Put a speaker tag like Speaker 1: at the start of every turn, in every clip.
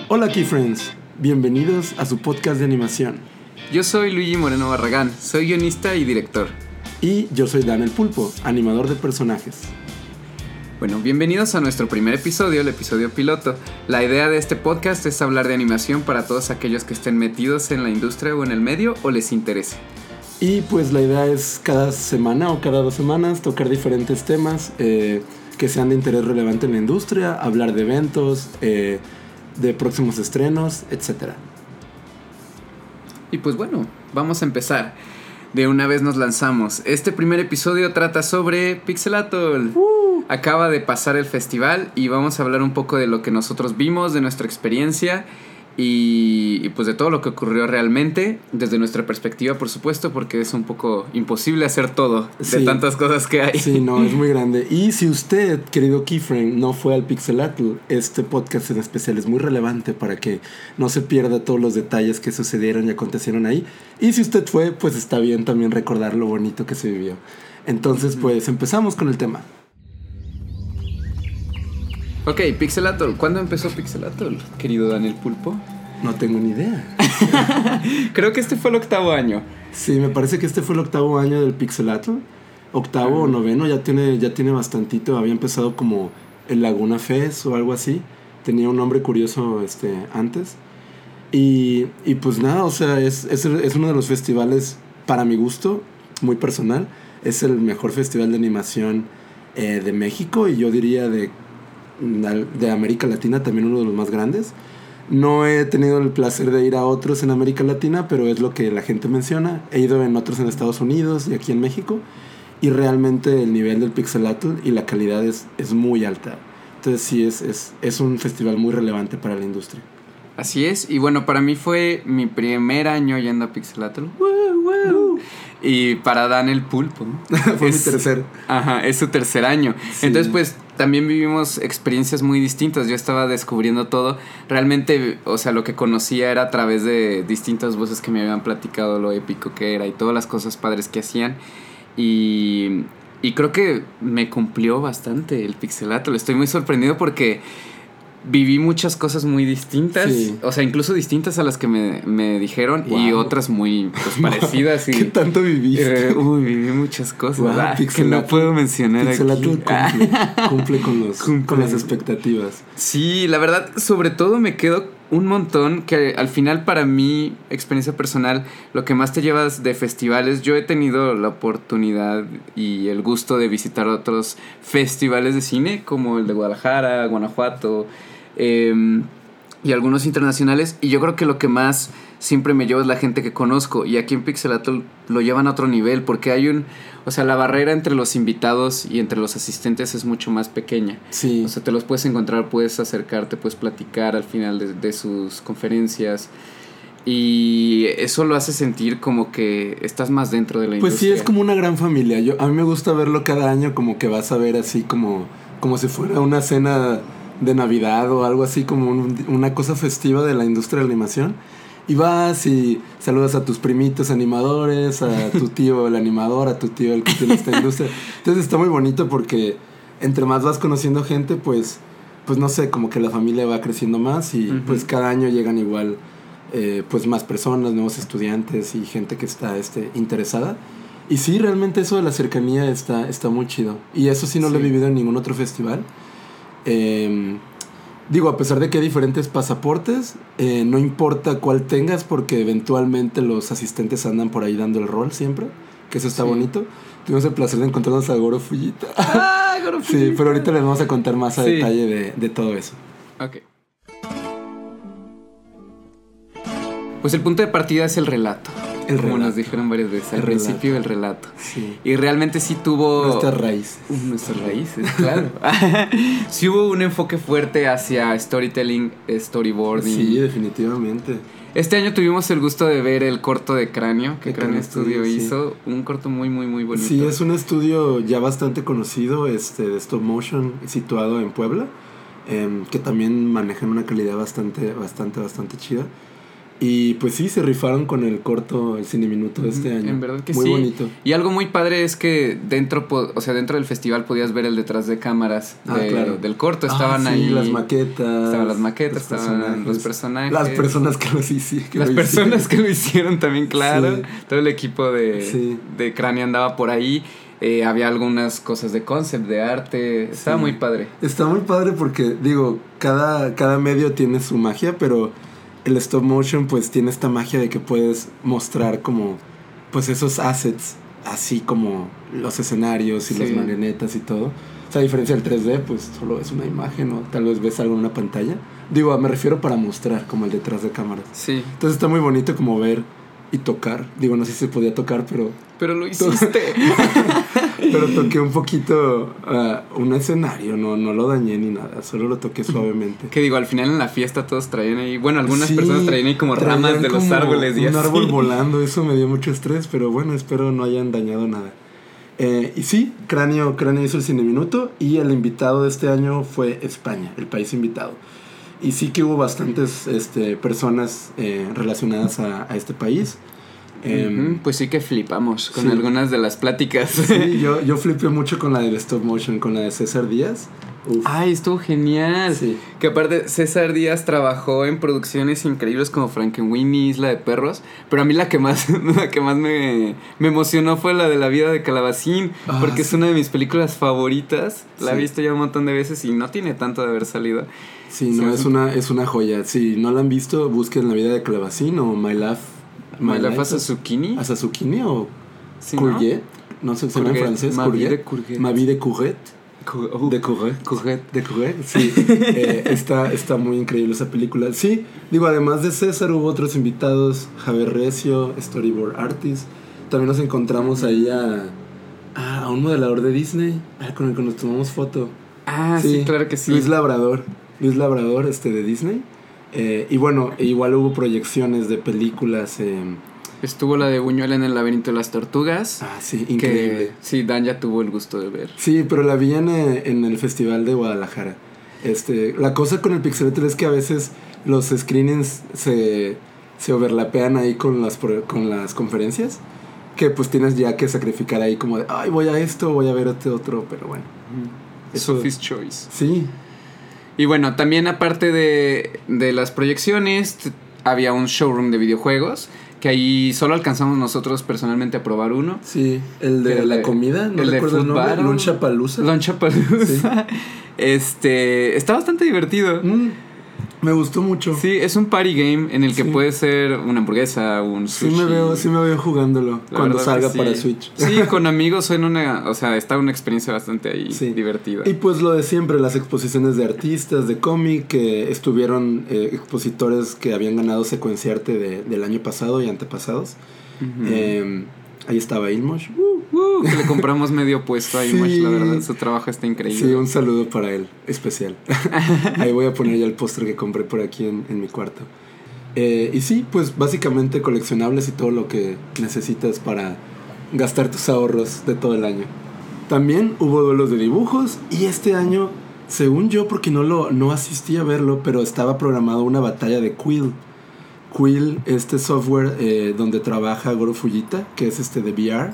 Speaker 1: Hola Keyfriends, bienvenidos a su podcast de animación.
Speaker 2: Yo soy Luigi Moreno Barragán, soy guionista y director.
Speaker 1: Y yo soy Dan el Pulpo, animador de personajes.
Speaker 2: Bueno, bienvenidos a nuestro primer episodio, el episodio piloto. La idea de este podcast es hablar de animación para todos aquellos que estén metidos en la industria o en el medio o les interese.
Speaker 1: Y pues la idea es cada semana o cada 2 semanas tocar diferentes temas que sean de interés relevante en la industria, hablar de eventos, de próximos estrenos, etc.
Speaker 2: Y pues bueno, vamos a empezar. De una vez nos lanzamos. Este primer episodio trata sobre Pixelatl. Acaba de pasar el festival y vamos a hablar un poco de lo que nosotros vimos, de nuestra experiencia y pues de todo lo que ocurrió realmente, desde nuestra perspectiva, por supuesto, porque es un poco imposible hacer todo de tantas cosas que hay.
Speaker 1: Sí, no, es muy grande. Y si usted, querido Keyfriend, no fue al Pixelatl, este podcast en especial es muy relevante para que no se pierda todos los detalles que sucedieron y acontecieron ahí. Y si usted fue, pues está bien también recordar lo bonito que se vivió. Entonces, pues empezamos con el tema.
Speaker 2: Ok, Pixelatl. ¿Cuándo empezó Pixelatl, querido Daniel Pulpo?
Speaker 1: No tengo ni idea.
Speaker 2: Creo que este fue el 8º año.
Speaker 1: Sí, me parece que este fue el 8º año del Pixelatl. 8º o 9º, ya tiene bastantito. Había empezado como el Laguna Fest o algo así. Tenía un nombre curioso antes. Y pues nada, o sea, es uno de los festivales, para mi gusto, muy personal. Es el mejor festival de animación de México y yo diría de América Latina, también uno de los más grandes. No he tenido el placer de ir a otros en América Latina, pero es lo que la gente menciona. He ido en otros en Estados Unidos y aquí en México, y realmente el nivel del Pixelatl y la calidad es muy alta. Entonces sí, es un festival muy relevante para la industria.
Speaker 2: Así es, y bueno, para mí fue mi primer año yendo a Pixelatl. Y para Dan el Pulpo, ¿no?
Speaker 1: Fue mi tercer.
Speaker 2: Ajá, es su tercer año. Sí. Entonces, pues, también vivimos experiencias muy distintas. Yo estaba descubriendo todo. Realmente, o sea, lo que conocía era a través de distintas voces que me habían platicado lo épico que era y todas las cosas padres que hacían. Y creo que me cumplió bastante el Pixelatl. Estoy muy sorprendido porque viví muchas cosas muy distintas, sí. O sea, incluso distintas a las que me dijeron. Wow. Y otras muy parecidas. Y,
Speaker 1: ¿qué tanto viviste?
Speaker 2: Viví muchas cosas que no puedo mencionar
Speaker 1: Pixelatl aquí. Cumple con las expectativas.
Speaker 2: Sí, la verdad, sobre todo me quedo un montón que al final, para mi experiencia personal, lo que más te llevas de festivales, yo he tenido la oportunidad y el gusto de visitar otros festivales de cine como el de Guadalajara, Guanajuato, y algunos internacionales, y yo creo que lo que más siempre me llevo es la gente que conozco, y aquí en Pixelatl lo llevan a otro nivel, porque hay o sea, la barrera entre los invitados y entre los asistentes es mucho más pequeña.
Speaker 1: Sí.
Speaker 2: O sea, te los puedes encontrar, puedes acercarte, puedes platicar al final de sus conferencias, y eso lo hace sentir como que estás más dentro de la industria.
Speaker 1: Pues sí, es como una gran familia. A mí me gusta verlo cada año, como que vas a ver así como si fuera una cena de Navidad o algo así, como una cosa festiva de la industria de la animación. Y vas y saludas a tus primitos animadores, a tu tío el animador, a tu tío el que tiene esta industria. Entonces está muy bonito porque entre más vas conociendo gente, pues no sé, como que la familia va creciendo más y pues cada año llegan igual pues más personas, nuevos estudiantes y gente que está interesada. Y sí, realmente eso de la cercanía está muy chido. Y eso sí no lo he vivido en ningún otro festival. Digo, a pesar de que hay diferentes pasaportes, no importa cuál tengas, porque eventualmente los asistentes andan por ahí dando el rol siempre, que eso está bonito. Tuvimos el placer de encontrarnos a Goro Fujita.
Speaker 2: ¡Ah, Goro Fujita!
Speaker 1: Sí, pero ahorita les vamos a contar más a detalle de todo eso.
Speaker 2: Ok. Pues el punto de partida es el relato. Como nos dijeron varias veces, al principio el relato.
Speaker 1: Sí.
Speaker 2: Y realmente sí tuvo
Speaker 1: nuestras raíces.
Speaker 2: Nuestras raíces, claro. Sí hubo un enfoque fuerte hacia storytelling, storyboarding.
Speaker 1: Sí, definitivamente.
Speaker 2: Este año tuvimos el gusto de ver el corto de Cráneo, que Cráneo Studio hizo. Un corto muy, muy, muy bonito.
Speaker 1: Sí, es un estudio ya bastante conocido, de stop motion, situado en Puebla, que también manejan una calidad bastante chida. Y pues sí, se rifaron con el corto, el Cineminuto de este año.
Speaker 2: En verdad que
Speaker 1: muy
Speaker 2: sí.
Speaker 1: Muy bonito.
Speaker 2: Y algo muy padre es que dentro del festival podías ver el detrás de cámaras
Speaker 1: claro.
Speaker 2: del corto. Estaban ahí
Speaker 1: las maquetas.
Speaker 2: Estaban las maquetas, estaban los personajes.
Speaker 1: Las personas que lo hicieron.
Speaker 2: Las personas que lo hicieron también, claro. Sí. Todo el equipo de Cráneo andaba por ahí. Había algunas cosas de concept, de arte. Estaba muy padre.
Speaker 1: Está muy padre porque, digo, cada medio tiene su magia, pero el stop motion pues tiene esta magia de que puedes mostrar como pues esos assets, así como los escenarios y las marionetas y todo. O sea, a diferencia del 3D, pues solo es una imagen o tal vez ves algo en una pantalla. Digo, me refiero para mostrar, como el detrás de cámaras.
Speaker 2: Sí.
Speaker 1: Entonces está muy bonito como ver y tocar. Digo, no sé si se podía tocar, pero
Speaker 2: lo hiciste.
Speaker 1: Pero toqué un poquito un escenario, no lo dañé ni nada, solo lo toqué suavemente.
Speaker 2: Que digo, al final en la fiesta todos traían ahí, bueno, algunas personas traían ahí como ramas de los árboles y
Speaker 1: un árbol volando, eso me dio mucho estrés, pero bueno, espero no hayan dañado nada. Y sí, Cráneo hizo el Cineminuto y el invitado de este año fue España, el país invitado. Y sí que hubo bastantes personas relacionadas a este país.
Speaker 2: Pues sí que flipamos con algunas de las pláticas.
Speaker 1: Sí, yo flipé mucho con la del stop motion, con la de César Díaz.
Speaker 2: Uf. Ay, estuvo genial. Sí. Que aparte César Díaz trabajó en producciones increíbles como Frankenweenie, Isla de Perros, pero a mí la que más me emocionó fue la de La vida de Calabacín, porque es una de mis películas favoritas. La he visto ya un montón de veces y no tiene tanto de haber salido.
Speaker 1: Sí, no, es una joya. Si no la han visto, busquen La vida de Calabacín o My Life
Speaker 2: Asazukini.
Speaker 1: ¿Asazukini o Courgette? No sé, se llama en francés.
Speaker 2: Ma vie
Speaker 1: de Courgette. De Courgette, sí. Está muy increíble esa película. Sí, digo, además de César hubo otros invitados. Javier Recio, Storyboard Artist. También nos encontramos ahí a un modelador de Disney con el que nos tomamos foto.
Speaker 2: Sí, claro que sí.
Speaker 1: Luis Labrador de Disney. Y bueno, igual hubo proyecciones de películas.
Speaker 2: Estuvo la de Buñuel en el laberinto de las tortugas.
Speaker 1: Sí, increíble.
Speaker 2: Sí, Dan ya tuvo el gusto de ver.
Speaker 1: Sí, pero la vi en el Festival de Guadalajara. La cosa con el Pixelatl es que a veces los screenings se overlapean ahí con las conferencias. Que pues tienes ya que sacrificar ahí como de, ay, voy a esto, voy a ver este otro, pero bueno.
Speaker 2: Sophie's Choice.
Speaker 1: Sí.
Speaker 2: Y bueno, también aparte de las proyecciones, había un showroom de videojuegos, que ahí solo alcanzamos nosotros personalmente a probar uno.
Speaker 1: Sí, el de la comida, no
Speaker 2: el
Speaker 1: recuerdo
Speaker 2: el nombre.
Speaker 1: Loungeapalooza.
Speaker 2: Loungeapalooza. Sí. Está bastante divertido.
Speaker 1: Me gustó mucho.
Speaker 2: Sí, es un party game en el que puede ser una hamburguesa, un sushi.
Speaker 1: Sí me veo jugándolo cuando salga para Switch.
Speaker 2: Sí, con amigos está una experiencia bastante ahí divertida.
Speaker 1: Y pues lo de siempre, las exposiciones de artistas, de cómic, que estuvieron expositores que habían ganado Secuenciarte del año pasado y antepasados. Ahí estaba Ilmosh.
Speaker 2: Que le compramos medio puesto a Ilmosh, la verdad, su trabajo está increíble.
Speaker 1: Sí, un saludo para él, especial. Ahí voy a poner ya el póster que compré por aquí en mi cuarto. Y sí, pues básicamente coleccionables y todo lo que necesitas para gastar tus ahorros de todo el año. También hubo duelos de dibujos y este año, según yo, porque no asistí a verlo, pero estaba programado una batalla de Quill. Quill, este software donde trabaja Goro Fujita, que es de VR.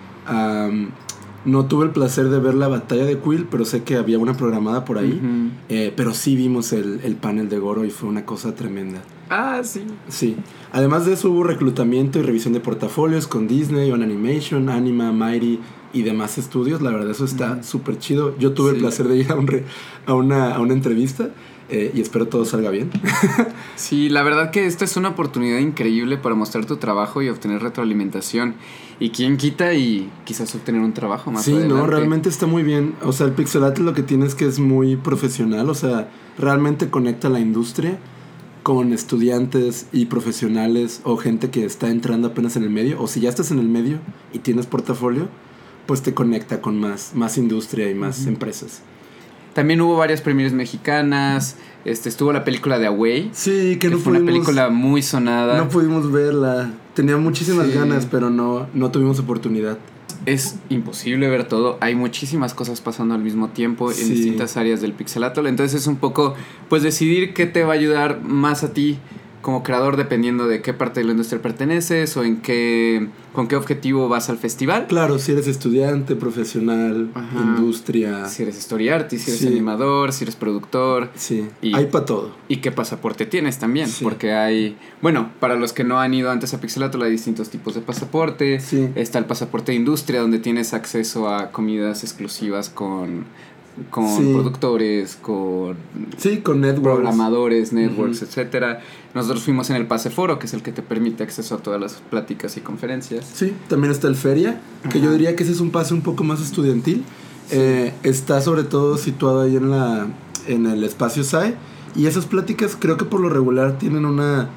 Speaker 1: No tuve el placer de ver la batalla de Quill, pero sé que había una programada por ahí. Pero sí vimos el panel de Goro y fue una cosa tremenda.
Speaker 2: Sí.
Speaker 1: Sí. Además de eso hubo reclutamiento y revisión de portafolios con Disney, On Animation, Anima, Mighty y demás estudios. La verdad, eso está súper chido. Yo tuve el placer de ir a una entrevista. Y espero todo salga bien.
Speaker 2: Sí, la verdad que esta es una oportunidad increíble para mostrar tu trabajo y obtener retroalimentación. Y quién quita y quizás obtener un trabajo más adelante.
Speaker 1: Sí, no, realmente está muy bien. O sea, el Pixelatl lo que tiene es que es muy profesional. O sea, realmente conecta a la industria con estudiantes y profesionales o gente que está entrando apenas en el medio. O si ya estás en el medio y tienes portafolio, pues te conecta con más industria y más empresas.
Speaker 2: También hubo varias premieres mexicanas. Estuvo la película de Away.
Speaker 1: Sí, que no
Speaker 2: fue una película muy sonada.
Speaker 1: No pudimos verla. Tenía muchísimas ganas, pero no tuvimos oportunidad.
Speaker 2: Es imposible ver todo. Hay muchísimas cosas pasando al mismo tiempo en distintas áreas del Pixelatl. Entonces es un poco, pues, decidir qué te va a ayudar más a ti como creador dependiendo de qué parte de la industria perteneces o con qué objetivo vas al festival.
Speaker 1: Claro, si eres estudiante, profesional, industria.
Speaker 2: Si eres story artist, si eres animador, si eres productor.
Speaker 1: Sí, hay para todo.
Speaker 2: Y qué pasaporte tienes también, porque hay... Bueno, para los que no han ido antes a Pixelatl hay distintos tipos de pasaporte.
Speaker 1: Sí.
Speaker 2: Está el pasaporte de industria donde tienes acceso a comidas exclusivas con productores, con
Speaker 1: networks,
Speaker 2: programadores, networks, etcétera. Nosotros fuimos en el Pase Foro, que es el que te permite acceso a todas las pláticas y conferencias.
Speaker 1: Sí, también está el Feria, que yo diría que ese es un pase un poco más estudiantil. Sí. Está sobre todo situado ahí en el espacio SAE, y esas pláticas creo que por lo regular tienen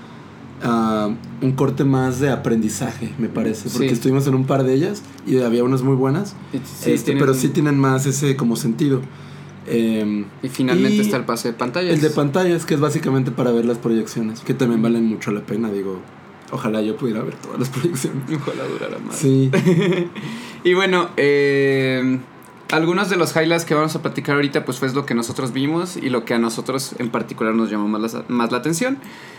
Speaker 1: un corte más de aprendizaje, me parece, porque estuvimos en un par de ellas y había unas muy buenas, pero sí tienen más ese como sentido.
Speaker 2: Y finalmente está el pase de pantallas.
Speaker 1: El de pantallas, que es básicamente para ver las proyecciones, que también valen mucho la pena, digo. Ojalá yo pudiera ver todas las proyecciones.
Speaker 2: Ojalá durara más.
Speaker 1: Sí.
Speaker 2: Y bueno, algunos de los highlights que vamos a platicar ahorita pues fue lo que nosotros vimos y lo que a nosotros en particular nos llamó más la atención.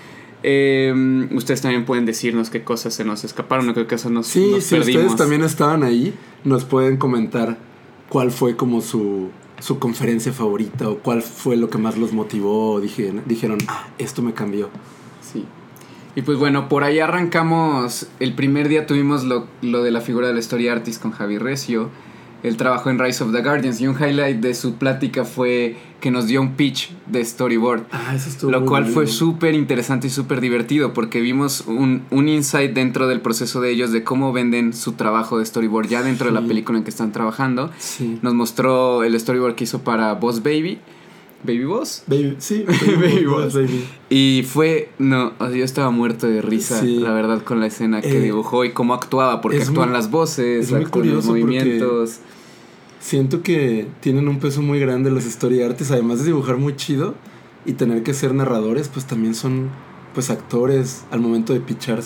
Speaker 2: Ustedes también pueden decirnos qué cosas se nos escaparon o qué cosas nos perdimos.
Speaker 1: Si ustedes también estaban ahí, nos pueden comentar cuál fue como su conferencia favorita o cuál fue lo que más los motivó o dijeron, esto me cambió.
Speaker 2: Sí. Y pues bueno, por ahí arrancamos. El primer día tuvimos lo de la figura del story artist con Javi Recio. Él trabajó en Rise of the Guardians y un highlight de su plática fue que nos dio un pitch de storyboard.
Speaker 1: Eso estuvo
Speaker 2: lo
Speaker 1: muy
Speaker 2: cual
Speaker 1: bueno.
Speaker 2: fue súper interesante y súper divertido porque vimos un insight dentro del proceso de ellos de cómo venden su trabajo de storyboard ya dentro de la película en que están trabajando.
Speaker 1: Sí.
Speaker 2: Nos mostró el storyboard que hizo para Boss Baby. ¿Baby Boss?
Speaker 1: Baby Boss.
Speaker 2: Y fue... No, yo estaba muerto de risa, la verdad, con la escena que dibujó y cómo actuaba, porque actúan las voces, actúan los movimientos.
Speaker 1: Siento que tienen un peso muy grande los story artists, además de dibujar muy chido y tener que ser narradores, pues también son pues actores al momento de pitchar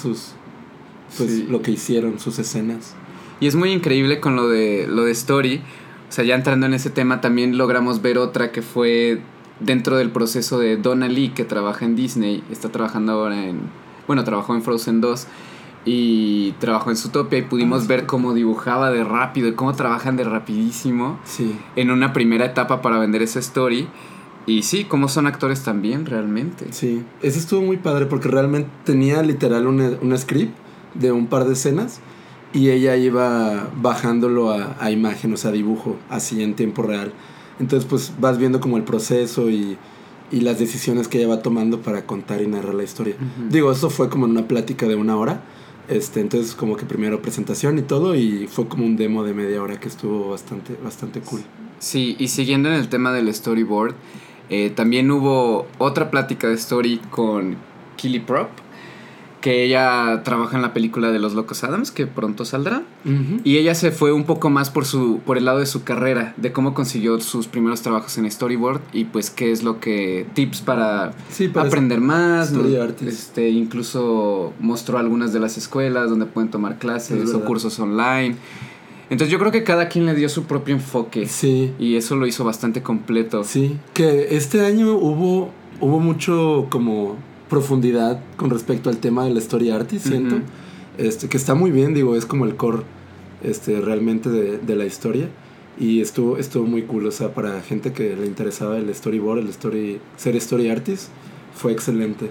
Speaker 1: lo que hicieron, sus escenas.
Speaker 2: Y es muy increíble con lo de story. O sea, ya entrando en ese tema, también logramos ver otra que fue dentro del proceso de Donna Lee, que trabaja en Disney. Está trabajando ahora trabajó en Frozen 2 y trabajó en Zootopia y pudimos ver cómo dibujaba de rápido y cómo trabajan de rapidísimo en una primera etapa para vender esa story. Y sí, cómo son actores también, realmente.
Speaker 1: Sí, ese estuvo muy padre porque realmente tenía literal un script de un par de escenas y ella iba bajándolo a imagen, o sea, dibujo, así en tiempo real. Entonces, pues, vas viendo como el proceso y las decisiones que ella va tomando para contar y narrar la historia. Uh-huh. Digo, eso fue como en una plática de 1 hora. Entonces, como que primero presentación y todo, y fue como un demo de media hora que estuvo bastante cool.
Speaker 2: Sí, y siguiendo en el tema del storyboard, también hubo otra plática de story con Killy Prop, que ella trabaja en la película de Los Locos Adams, que pronto saldrá. Uh-huh. Y ella se fue un poco más por el lado de su carrera, de cómo consiguió sus primeros trabajos en storyboard y pues qué es lo que... tips para aprender más. Incluso mostró algunas de las escuelas donde pueden tomar clases o cursos online. Entonces yo creo que cada quien le dio su propio enfoque.
Speaker 1: Sí.
Speaker 2: Y eso lo hizo bastante completo.
Speaker 1: Sí, que este año hubo mucho como... profundidad con respecto al tema del story artist, siento. Uh-huh. Que está muy bien, digo, es como el core realmente de la historia. Y estuvo muy cool, o sea, para gente que le interesaba el storyboard, ser story artist, fue excelente.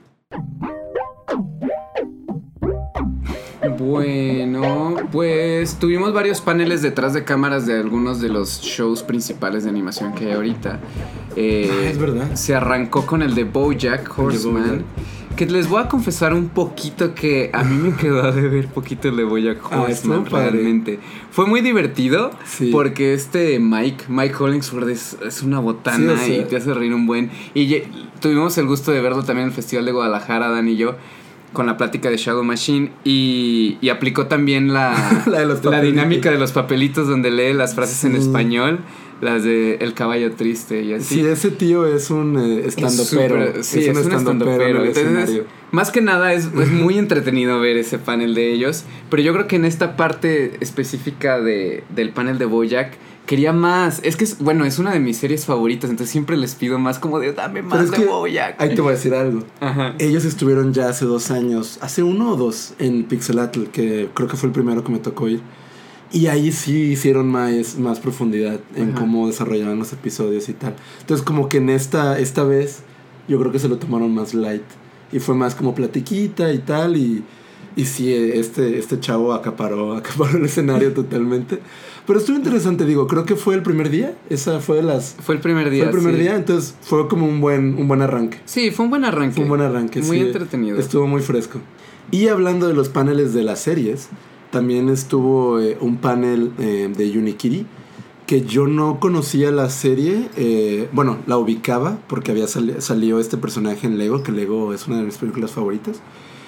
Speaker 2: Bueno, pues tuvimos varios paneles detrás de cámaras de algunos de los shows principales de animación que hay ahorita.
Speaker 1: Es verdad.
Speaker 2: Se arrancó con el de BoJack Horseman. Que les voy a confesar un poquito que a mí me quedó a deber poquito el de BoJack Horseman, realmente. Fue muy divertido, porque Mike Hollingsworth es una botana, sí, o sea, y te hace reír un buen. Y tuvimos el gusto de verlo también en el Festival de Guadalajara, Dan y yo, con la plática de Shadow Machine, y aplicó también la dinámica de los papelitos donde lee las frases en español, las de El caballo triste y así.
Speaker 1: Sí, ese tío es un estandopero.
Speaker 2: Sí, es un estandopero. Entonces, más que nada es muy entretenido ver ese panel de ellos, pero yo creo que en esta parte específica del panel de BoJack quería más. Es que, bueno, es una de mis series favoritas, entonces siempre les pido más como de dame más de Bojack.
Speaker 1: Ahí te voy a decir algo.
Speaker 2: Ajá.
Speaker 1: Ellos estuvieron ya hace 2 años, hace 1 o 2, en Pixelatl, que creo que fue el primero que me tocó ir. Y ahí sí hicieron más profundidad en cómo desarrollaban los episodios y tal. Entonces como que en esta vez yo creo que se lo tomaron más light. Y fue más como platiquita y tal. Y sí, este chavo acaparó el escenario totalmente. Pero estuvo interesante, digo, creo que fue el primer día.
Speaker 2: Fue el primer día.
Speaker 1: Fue el primer día, entonces fue como un buen arranque.
Speaker 2: Sí, fue un buen arranque. Muy entretenido.
Speaker 1: Estuvo muy fresco. Y hablando de los paneles de las series, también estuvo un panel de Unikitty, que yo no conocía la serie. Bueno, la ubicaba porque había salido este personaje en Lego, que Lego es una de mis películas favoritas.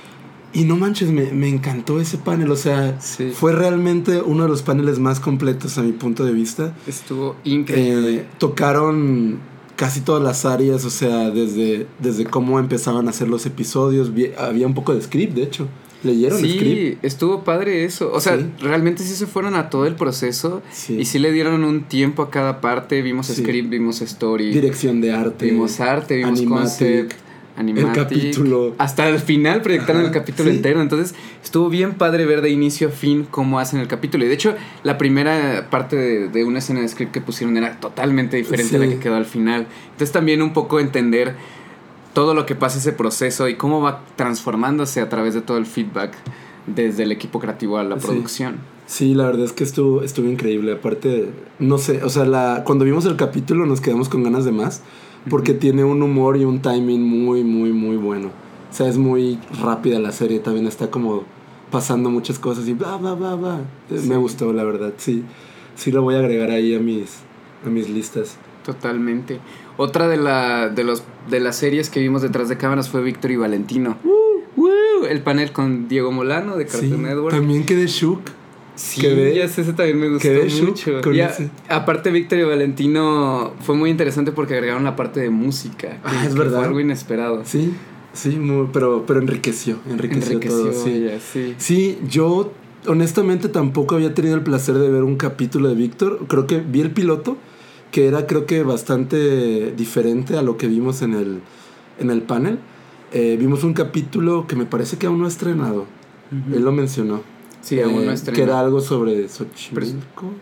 Speaker 1: Y no manches, me encantó ese panel. O sea, fue realmente uno de los paneles más completos a mi punto de vista.
Speaker 2: Estuvo increíble.
Speaker 1: Tocaron casi todas las áreas, o sea, desde cómo empezaban a hacer los episodios. Había un poco de script, de hecho. ¿Leyeron el script?
Speaker 2: Sí, estuvo padre eso. O sea, realmente sí se fueron a todo el proceso. Y sí le dieron un tiempo a cada parte. Vimos script, vimos story.
Speaker 1: Dirección de arte.
Speaker 2: Vimos concept. Animatic,
Speaker 1: el capítulo.
Speaker 2: Hasta el final proyectaron el capítulo entero. Entonces estuvo bien padre ver de inicio a fin cómo hacen el capítulo. Y de hecho, la primera parte de una escena de script que pusieron era totalmente diferente a la que quedó al final. Entonces también un poco entender todo lo que pasa ese proceso y cómo va transformándose a través de todo el feedback desde el equipo creativo a la producción.
Speaker 1: Sí, la verdad es que estuvo increíble. Aparte, no sé, o sea, cuando vimos el capítulo nos quedamos con ganas de más. Porque tiene un humor y un timing muy, muy, muy bueno. O sea, es muy rápida la serie. También está como pasando muchas cosas y bla, bla, bla, bla. Sí. Me gustó, la verdad. Sí lo voy a agregar ahí a mis listas.
Speaker 2: Totalmente. Otra de las series que vimos detrás de cámaras fue Víctor y Valentino. El panel con Diego Molano de Cartoon Network.
Speaker 1: También quedé shook.
Speaker 2: Sí, ya sé, ese también me gustó mucho. Aparte, Víctor y Valentino fue muy interesante porque agregaron la parte de música.
Speaker 1: Es verdad.
Speaker 2: Fue algo inesperado.
Speaker 1: Sí, pero enriqueció todo. Sí, yo honestamente tampoco había tenido el placer de ver un capítulo de Víctor. Creo que vi el piloto, que era creo que bastante diferente a lo que vimos en el panel. Vimos un capítulo que me parece que aún no ha estrenado. Él lo mencionó.
Speaker 2: Sí, aún no estrenó.
Speaker 1: Que era algo sobre Xochimilco.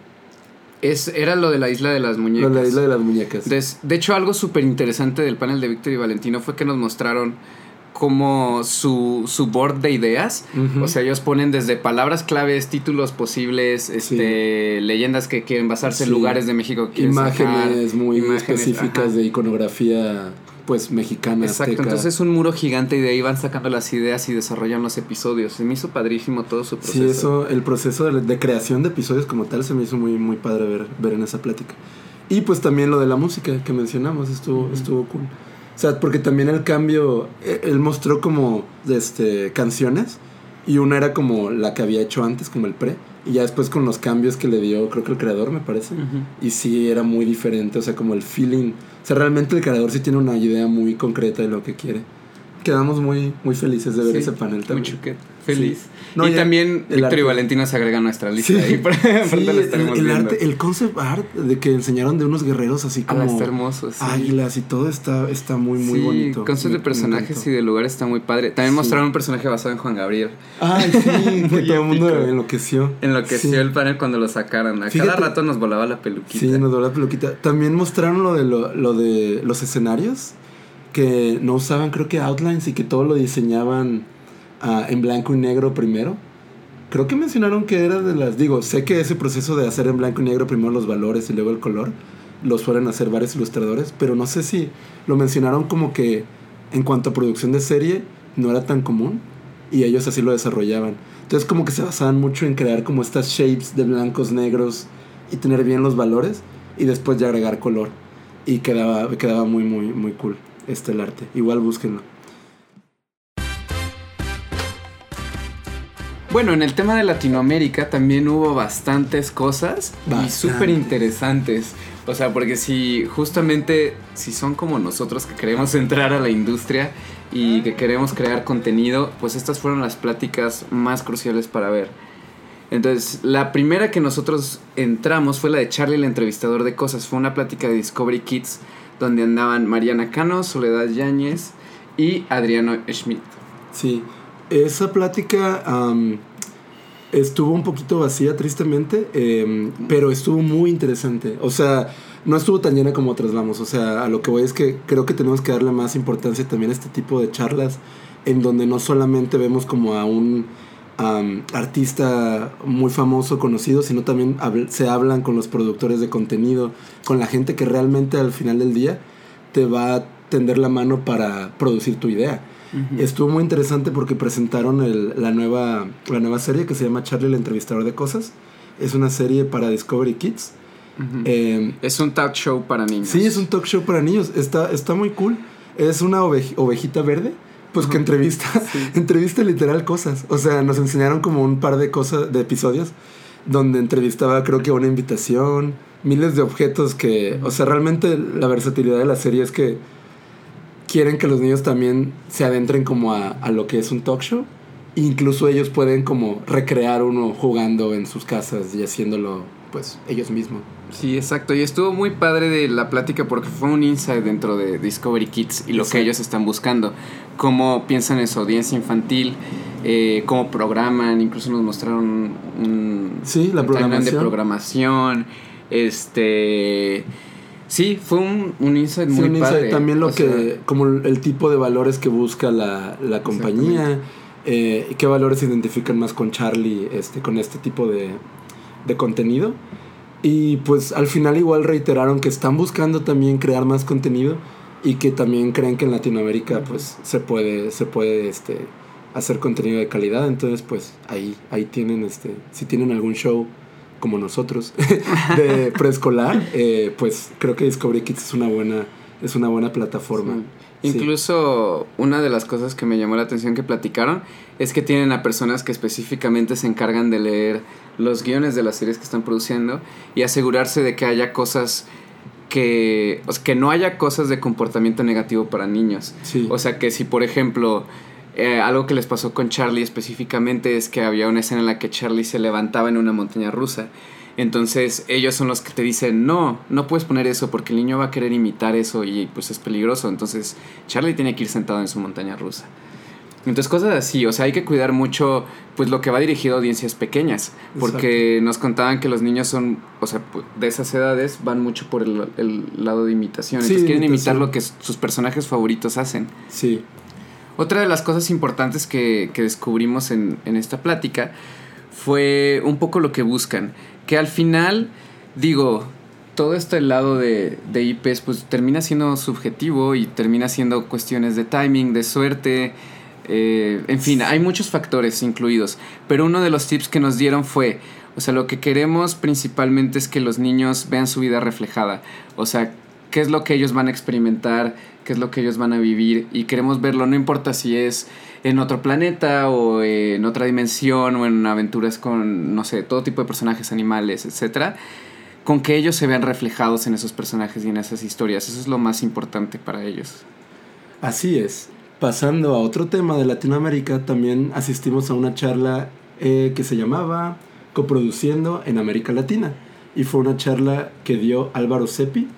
Speaker 2: Era lo de la isla de las muñecas.
Speaker 1: La isla de las muñecas.
Speaker 2: De hecho, algo súper interesante del panel de Víctor y Valentino fue que nos mostraron como su board de ideas. O sea, ellos ponen desde palabras claves, títulos posibles, leyendas que quieren basarse en lugares de México que
Speaker 1: imágenes muy específicas de iconografía pues mexicana,
Speaker 2: exacto, azteca. Entonces es un muro gigante y de ahí van sacando las ideas y desarrollan los episodios. Se me hizo padrísimo todo su proceso.
Speaker 1: Sí, el proceso de creación de episodios como tal se me hizo muy, muy padre ver en esa plática. Y pues también lo de la música que mencionamos estuvo cool. O sea, porque también el cambio, él mostró como canciones y una era como la que había hecho antes, como el pre, y ya después con los cambios que le dio, creo que el creador, me parece, y sí era muy diferente, o sea, como el feeling. O sea, realmente el creador sí tiene una idea muy concreta de lo que quiere. Quedamos muy, muy felices de ver ese panel también.
Speaker 2: Mucho feliz. Sí. No, y también Víctor y Valentino se agregan a nuestra lista. Sí, ahí
Speaker 1: el arte, el concept art de que enseñaron de unos guerreros así como
Speaker 2: está hermoso,
Speaker 1: águilas y todo está muy, muy bonito.
Speaker 2: El concept de personajes y de lugares está muy padre. También mostraron un personaje basado en Juan Gabriel.
Speaker 1: Ay, sí, que todo el mundo enloqueció.
Speaker 2: Enloqueció el panel cuando lo sacaron. Cada rato nos volaba la peluquita.
Speaker 1: Sí, nos volaba la peluquita. También mostraron lo de los escenarios, que no usaban creo que outlines y que todo lo diseñaban en blanco y negro primero. Creo que mencionaron que era sé que ese proceso de hacer en blanco y negro primero los valores y luego el color lo suelen hacer varios ilustradores, pero no sé si lo mencionaron como que en cuanto a producción de serie no era tan común y ellos así lo desarrollaban. Entonces como que se basaban mucho en crear como estas shapes de blancos, negros y tener bien los valores y después ya agregar color, y quedaba muy, muy, muy cool el arte. Igual búsquenlo.
Speaker 2: Bueno, en el tema de Latinoamérica también hubo bastantes cosas y súper interesantes. O sea, porque si son como nosotros que queremos entrar a la industria y que queremos crear contenido, pues estas fueron las pláticas más cruciales para ver. Entonces, la primera que nosotros entramos fue la de Charlie, el entrevistador de cosas. Fue una plática de Discovery Kids donde andaban Mariana Cano, Soledad Yáñez y Adriano Schmidt.
Speaker 1: Sí, esa plática estuvo un poquito vacía, tristemente, pero estuvo muy interesante. O sea, no estuvo tan llena como otras, vamos. O sea, a lo que voy es que creo que tenemos que darle más importancia también a este tipo de charlas en donde no solamente vemos como a un artista muy famoso, conocido, sino también se hablan con los productores de contenido, con la gente que realmente al final del día te va a tender la mano para producir tu idea. Uh-huh. Estuvo muy interesante porque presentaron la nueva serie que se llama Charlie, el entrevistador de cosas. Es una serie para Discovery Kids.
Speaker 2: Uh-huh. Es un talk show para niños.
Speaker 1: Sí, es un talk show para niños. Está muy cool. Es una ovejita verde, pues que entrevista literal cosas. O sea, nos enseñaron como un par de cosas, de episodios, donde entrevistaba, creo que una invitación, miles de objetos que... O sea, realmente la versatilidad de la serie es que quieren que los niños también se adentren como a lo que es un talk show. Incluso ellos pueden como recrear uno jugando en sus casas y haciéndolo pues ellos mismos.
Speaker 2: Sí, exacto. Y estuvo muy padre de la plática porque fue un insight dentro de Discovery Kids y lo que ellos están buscando. Cómo piensan en su audiencia infantil, cómo programan. Incluso nos mostraron un timeline de programación. Sí, fue un insight muy padre.
Speaker 1: También como el tipo de valores que busca la compañía, qué valores se identifican más con Charlie, con este tipo de contenido. Y pues al final igual reiteraron que están buscando también crear más contenido y que también creen que en Latinoamérica pues se puede hacer contenido de calidad. Entonces pues ahí tienen si tienen algún show como nosotros de preescolar, pues creo que Discovery Kids es una buena plataforma.
Speaker 2: Sí. Incluso una de las cosas que me llamó la atención que platicaron es que tienen a personas que específicamente se encargan de leer los guiones de las series que están produciendo y asegurarse de que haya cosas que no haya cosas de comportamiento negativo para niños.
Speaker 1: Sí.
Speaker 2: O sea, que si por ejemplo algo que les pasó con Charlie específicamente es que había una escena en la que Charlie se levantaba en una montaña rusa. Entonces ellos son los que te dicen no puedes poner eso porque el niño va a querer imitar eso y pues es peligroso. Entonces Charlie tiene que ir sentado en su montaña rusa. Entonces cosas así, o sea, hay que cuidar mucho pues lo que va dirigido a audiencias pequeñas. Porque Exacto. Nos contaban que los niños son, o sea, de esas edades van mucho por el lado de imitación. Entonces quieren imitar lo que sus personajes favoritos hacen.
Speaker 1: Sí.
Speaker 2: Otra de las cosas importantes que descubrimos en esta plática fue un poco lo que buscan. Que al final, digo, todo este lado de IPs pues termina siendo subjetivo y termina siendo cuestiones de timing, de suerte, en fin, hay muchos factores incluidos. Pero uno de los tips que nos dieron fue, o sea, lo que queremos principalmente es que los niños vean su vida reflejada. O sea, qué es lo que ellos van a experimentar, qué es lo que ellos van a vivir y queremos verlo, no importa si es en otro planeta o en otra dimensión o en aventuras con, no sé, todo tipo de personajes, animales, etcétera, con que ellos se vean reflejados en esos personajes y en esas historias. Eso es lo más importante para ellos.
Speaker 1: Así es. Pasando a otro tema de Latinoamérica, también asistimos a una charla que se llamaba Coproduciendo en América Latina. Y fue una charla que dio Álvaro Seppi,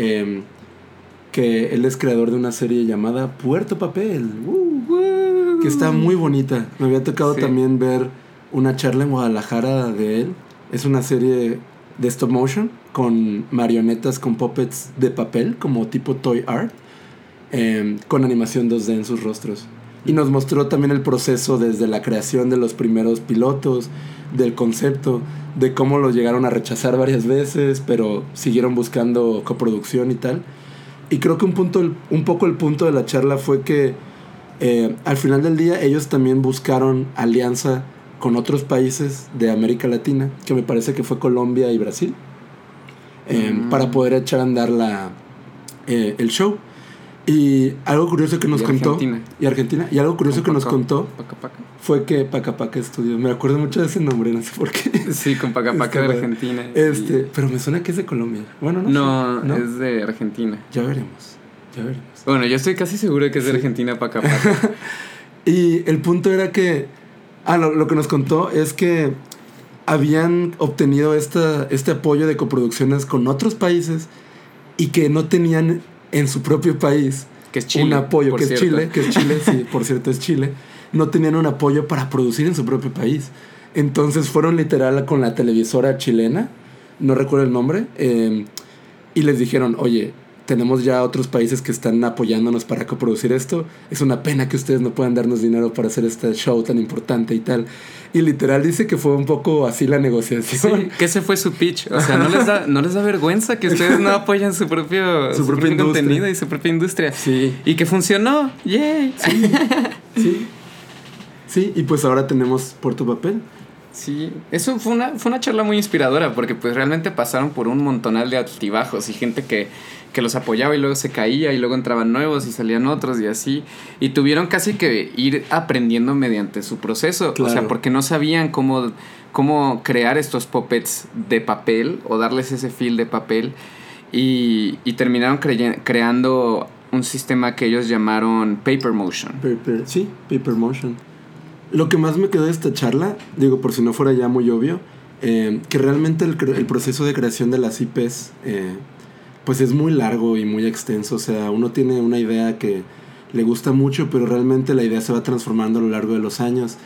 Speaker 1: que él es creador de una serie llamada Puerto Papel, que está muy bonita. Me había tocado también ver una charla en Guadalajara de él. Es una serie de stop motion con marionetas, con puppets de papel, como tipo toy art, con animación 2D en sus rostros. Y nos mostró también el proceso desde la creación de los primeros pilotos, del concepto, de cómo lo llegaron a rechazar varias veces, pero siguieron buscando coproducción y tal. Y creo que un poco el punto de la charla fue que al final del día ellos también buscaron alianza con otros países de América Latina, que me parece que fue Colombia y Brasil, para poder echar a andar el show. Y algo curioso que nos contó Argentina, y algo curioso que nos contó fue que Paca Paca Studios, me acuerdo mucho de ese nombre, no sé por qué.
Speaker 2: Sí, con Paca Paca de Argentina.
Speaker 1: Pero me suena que es de Colombia. Bueno,
Speaker 2: no, es de Argentina.
Speaker 1: Ya veremos.
Speaker 2: Bueno, yo estoy casi seguro que es de Argentina Paca Paca.
Speaker 1: Y el punto era que lo que nos contó es que habían obtenido este apoyo de coproducciones con otros países y que no tenían en su propio país
Speaker 2: que es Chile,
Speaker 1: un apoyo, que
Speaker 2: cierto.
Speaker 1: es Chile, sí, por cierto es Chile, no tenían un apoyo para producir en su propio país. Entonces fueron literal con la televisora chilena, no recuerdo el nombre, y les dijeron, oye, tenemos ya otros países que están apoyándonos para coproducir esto. Es una pena que ustedes no puedan darnos dinero para hacer este show tan importante y tal. Y literal dice que fue un poco así la negociación.
Speaker 2: Sí, que ese fue su pitch. O sea, no les da vergüenza que ustedes no apoyan su propio contenido y su propia industria.
Speaker 1: Sí.
Speaker 2: Y que funcionó. ¡Yay!
Speaker 1: Sí. Sí. Sí, y pues ahora tenemos Puerto Papel.
Speaker 2: Sí, eso fue una charla muy inspiradora porque pues realmente pasaron por un montonal de altibajos y gente que los apoyaba y luego se caía y luego entraban nuevos y salían otros y así. Y tuvieron casi que ir aprendiendo mediante su proceso. Claro. O sea, porque no sabían cómo crear estos puppets de papel o darles ese feel de papel. Y terminaron creando un sistema que ellos llamaron Paper Motion.
Speaker 1: Sí, Paper Motion. Lo que más me quedó de esta charla, digo, por si no fuera ya muy obvio, que realmente el proceso de creación de las IPs pues es muy largo y muy extenso. O sea, uno tiene una idea que le gusta mucho, pero realmente la idea se va transformando a lo largo de los años.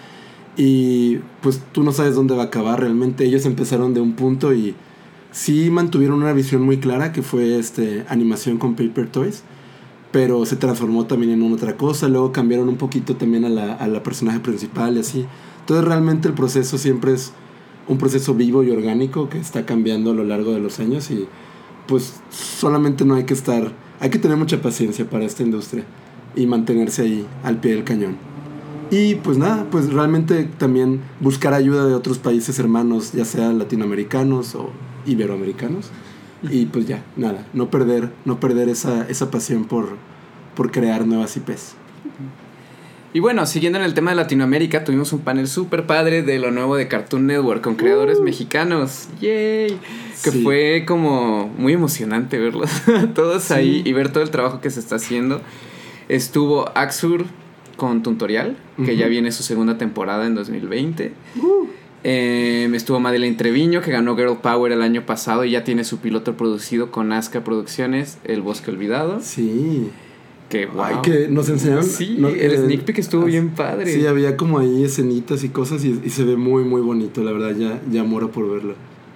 Speaker 1: Y pues tú no sabes dónde va a acabar. Realmente ellos empezaron de un punto y sí mantuvieron una visión muy clara, que fue animación con Paper Toys, pero se transformó también en otra cosa. Luego cambiaron un poquito también a la personaje principal y así. Entonces realmente el proceso siempre es un proceso vivo y orgánico que está cambiando a lo largo de los años. Y pues solamente hay que tener mucha paciencia para esta industria y mantenerse ahí al pie del cañón. Y pues nada, pues realmente también buscar ayuda de otros países hermanos, ya sea latinoamericanos o iberoamericanos. Y pues ya, nada, no perder esa pasión por crear nuevas IPs.
Speaker 2: Y bueno, siguiendo en el tema de Latinoamérica, tuvimos un panel súper padre de lo nuevo de Cartoon Network con creadores mexicanos. ¡Yay! Que sí. Fue como muy emocionante verlos todos sí. Ahí y ver todo el trabajo que se está haciendo. Estuvo Axur con Tutorial, que ya viene su segunda temporada en 2020. Estuvo Madeleine Treviño, que ganó Girl Power el año pasado y ya tiene su piloto producido con Nazca Producciones, El Bosque Olvidado.
Speaker 1: Sí.
Speaker 2: Que wow.
Speaker 1: Ay, que nos enseñaron.
Speaker 2: Sí, el sneak peek estuvo bien padre.
Speaker 1: Sí, había como ahí escenitas y cosas y se ve muy, muy bonito, la verdad, ya muero por verlo.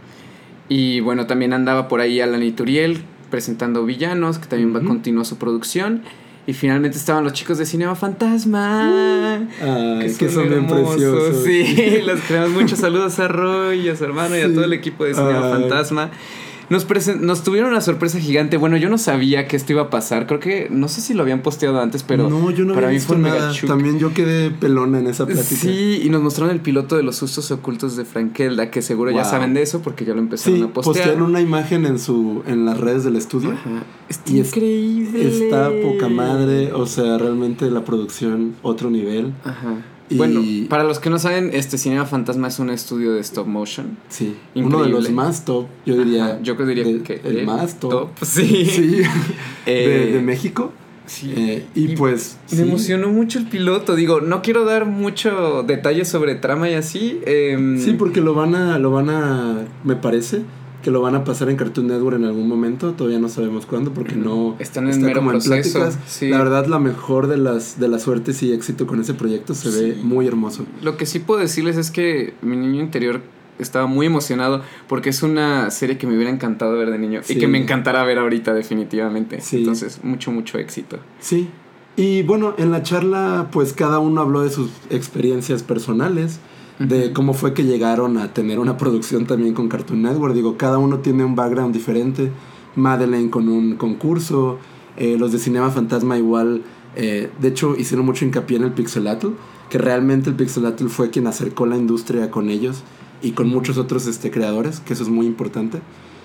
Speaker 2: Y bueno, también andaba por ahí Alan Ituriel presentando Villanos, que también continuó su producción. Y finalmente estaban los chicos de Cinema Fantasma.
Speaker 1: Ay, que son bien preciosos.
Speaker 2: Sí, los queremos mucho. Saludos a Roy y a su hermano y a todo el equipo de Cinema Fantasma. Nos tuvieron una sorpresa gigante. Bueno, yo no sabía que esto iba a pasar. Creo que, no sé si lo habían posteado antes, pero
Speaker 1: no, yo no
Speaker 2: para
Speaker 1: había
Speaker 2: mí fue
Speaker 1: nada.
Speaker 2: mega chuc.
Speaker 1: También yo quedé pelona en esa plática.
Speaker 2: Sí, y nos mostraron el piloto de Los Sustos Ocultos de Frankelda, que seguro ya saben de eso porque ya lo empezaron a postear.
Speaker 1: Postearon una imagen en las redes del estudio.
Speaker 2: Ajá. Está increíble.
Speaker 1: Está poca madre. O sea, realmente la producción, otro nivel.
Speaker 2: Ajá. Bueno, para los que no saben, Cinema Fantasma es un estudio de stop motion.
Speaker 1: Sí, increíble. Uno de los más top, yo diría.
Speaker 2: Yo diría que
Speaker 1: el más top.
Speaker 2: Sí.
Speaker 1: De México.
Speaker 2: Sí.
Speaker 1: Y pues
Speaker 2: me emocionó mucho el piloto. Digo, no quiero dar mucho detalle sobre trama y así.
Speaker 1: Sí, porque lo van a, me parece que lo van a pasar en Cartoon Network en algún momento. Todavía no sabemos cuándo porque no
Speaker 2: están en mero proceso.
Speaker 1: En pláticas. Sí. La verdad, la mejor de las suertes y éxito con ese proyecto. Se ve muy hermoso.
Speaker 2: Lo que sí puedo decirles es que mi niño interior estaba muy emocionado porque es una serie que me hubiera encantado ver de niño y que me encantará ver ahorita definitivamente. Sí. Entonces, mucho éxito.
Speaker 1: Sí. Y bueno, en la charla pues cada uno habló de sus experiencias personales, de cómo fue que llegaron a tener una producción también con Cartoon Network. Digo, cada uno tiene un background diferente. Madeleine con un concurso, los de Cinema Fantasma igual. De hecho, hicieron mucho hincapié en el Pixelatl, que realmente el Pixelatl fue quien acercó la industria con ellos y con muchos otros creadores, que eso es muy importante.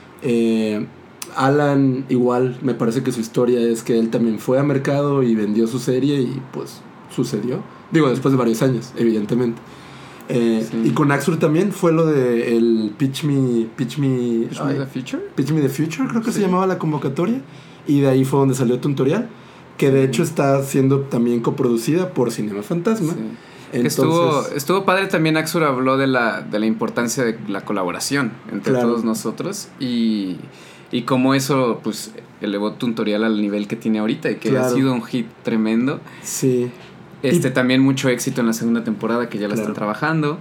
Speaker 1: Alan igual, me parece que su historia es que él también fue a mercado y vendió su serie y pues sucedió. Digo, después de varios años, evidentemente. Y con Axur también fue lo de el Pitch Me
Speaker 2: the Future.
Speaker 1: Pitch Me the Future, creo que se llamaba la convocatoria. Y de ahí fue donde salió Tutorial, que de hecho está siendo también coproducida por Cinema Fantasma. Entonces,
Speaker 2: estuvo padre. También Axur habló de la importancia de la colaboración entre todos nosotros y cómo eso pues elevó Tutorial al nivel que tiene ahorita y que ha sido un hit tremendo.
Speaker 1: Sí.
Speaker 2: También mucho éxito en la segunda temporada que ya la están trabajando.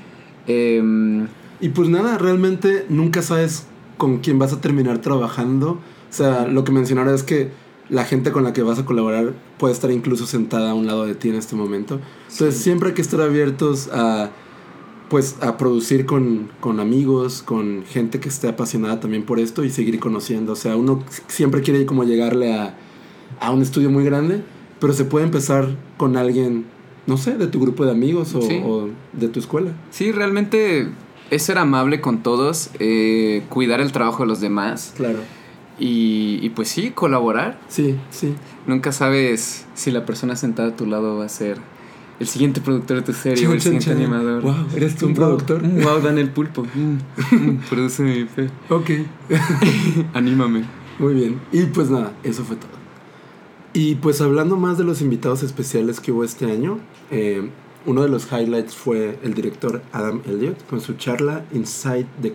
Speaker 1: Y pues nada, realmente nunca sabes con quién vas a terminar trabajando. O sea, lo que mencionaron es que la gente con la que vas a colaborar puede estar incluso sentada a un lado de ti en este momento. Entonces siempre hay que estar abiertos a producir con amigos, con gente que esté apasionada también por esto y seguir conociendo. O sea, uno siempre quiere como llegarle a un estudio muy grande, pero se puede empezar con alguien, no sé, de tu grupo de amigos o de tu escuela.
Speaker 2: Sí, realmente es ser amable con todos, cuidar el trabajo de los demás.
Speaker 1: Claro.
Speaker 2: Y pues sí, colaborar.
Speaker 1: Sí.
Speaker 2: Nunca sabes si la persona sentada a tu lado va a ser el siguiente productor de tu serie o el siguiente animador.
Speaker 1: Wow, ¿eres tú un productor?
Speaker 2: Wow, Daniel Pulpo. Produce mi fe.
Speaker 1: Ok.
Speaker 2: Anímame.
Speaker 1: Muy bien. Y pues nada, eso fue todo. Y pues hablando más de los invitados especiales que hubo este año, uno de los highlights fue el director Adam Elliott con su charla Inside the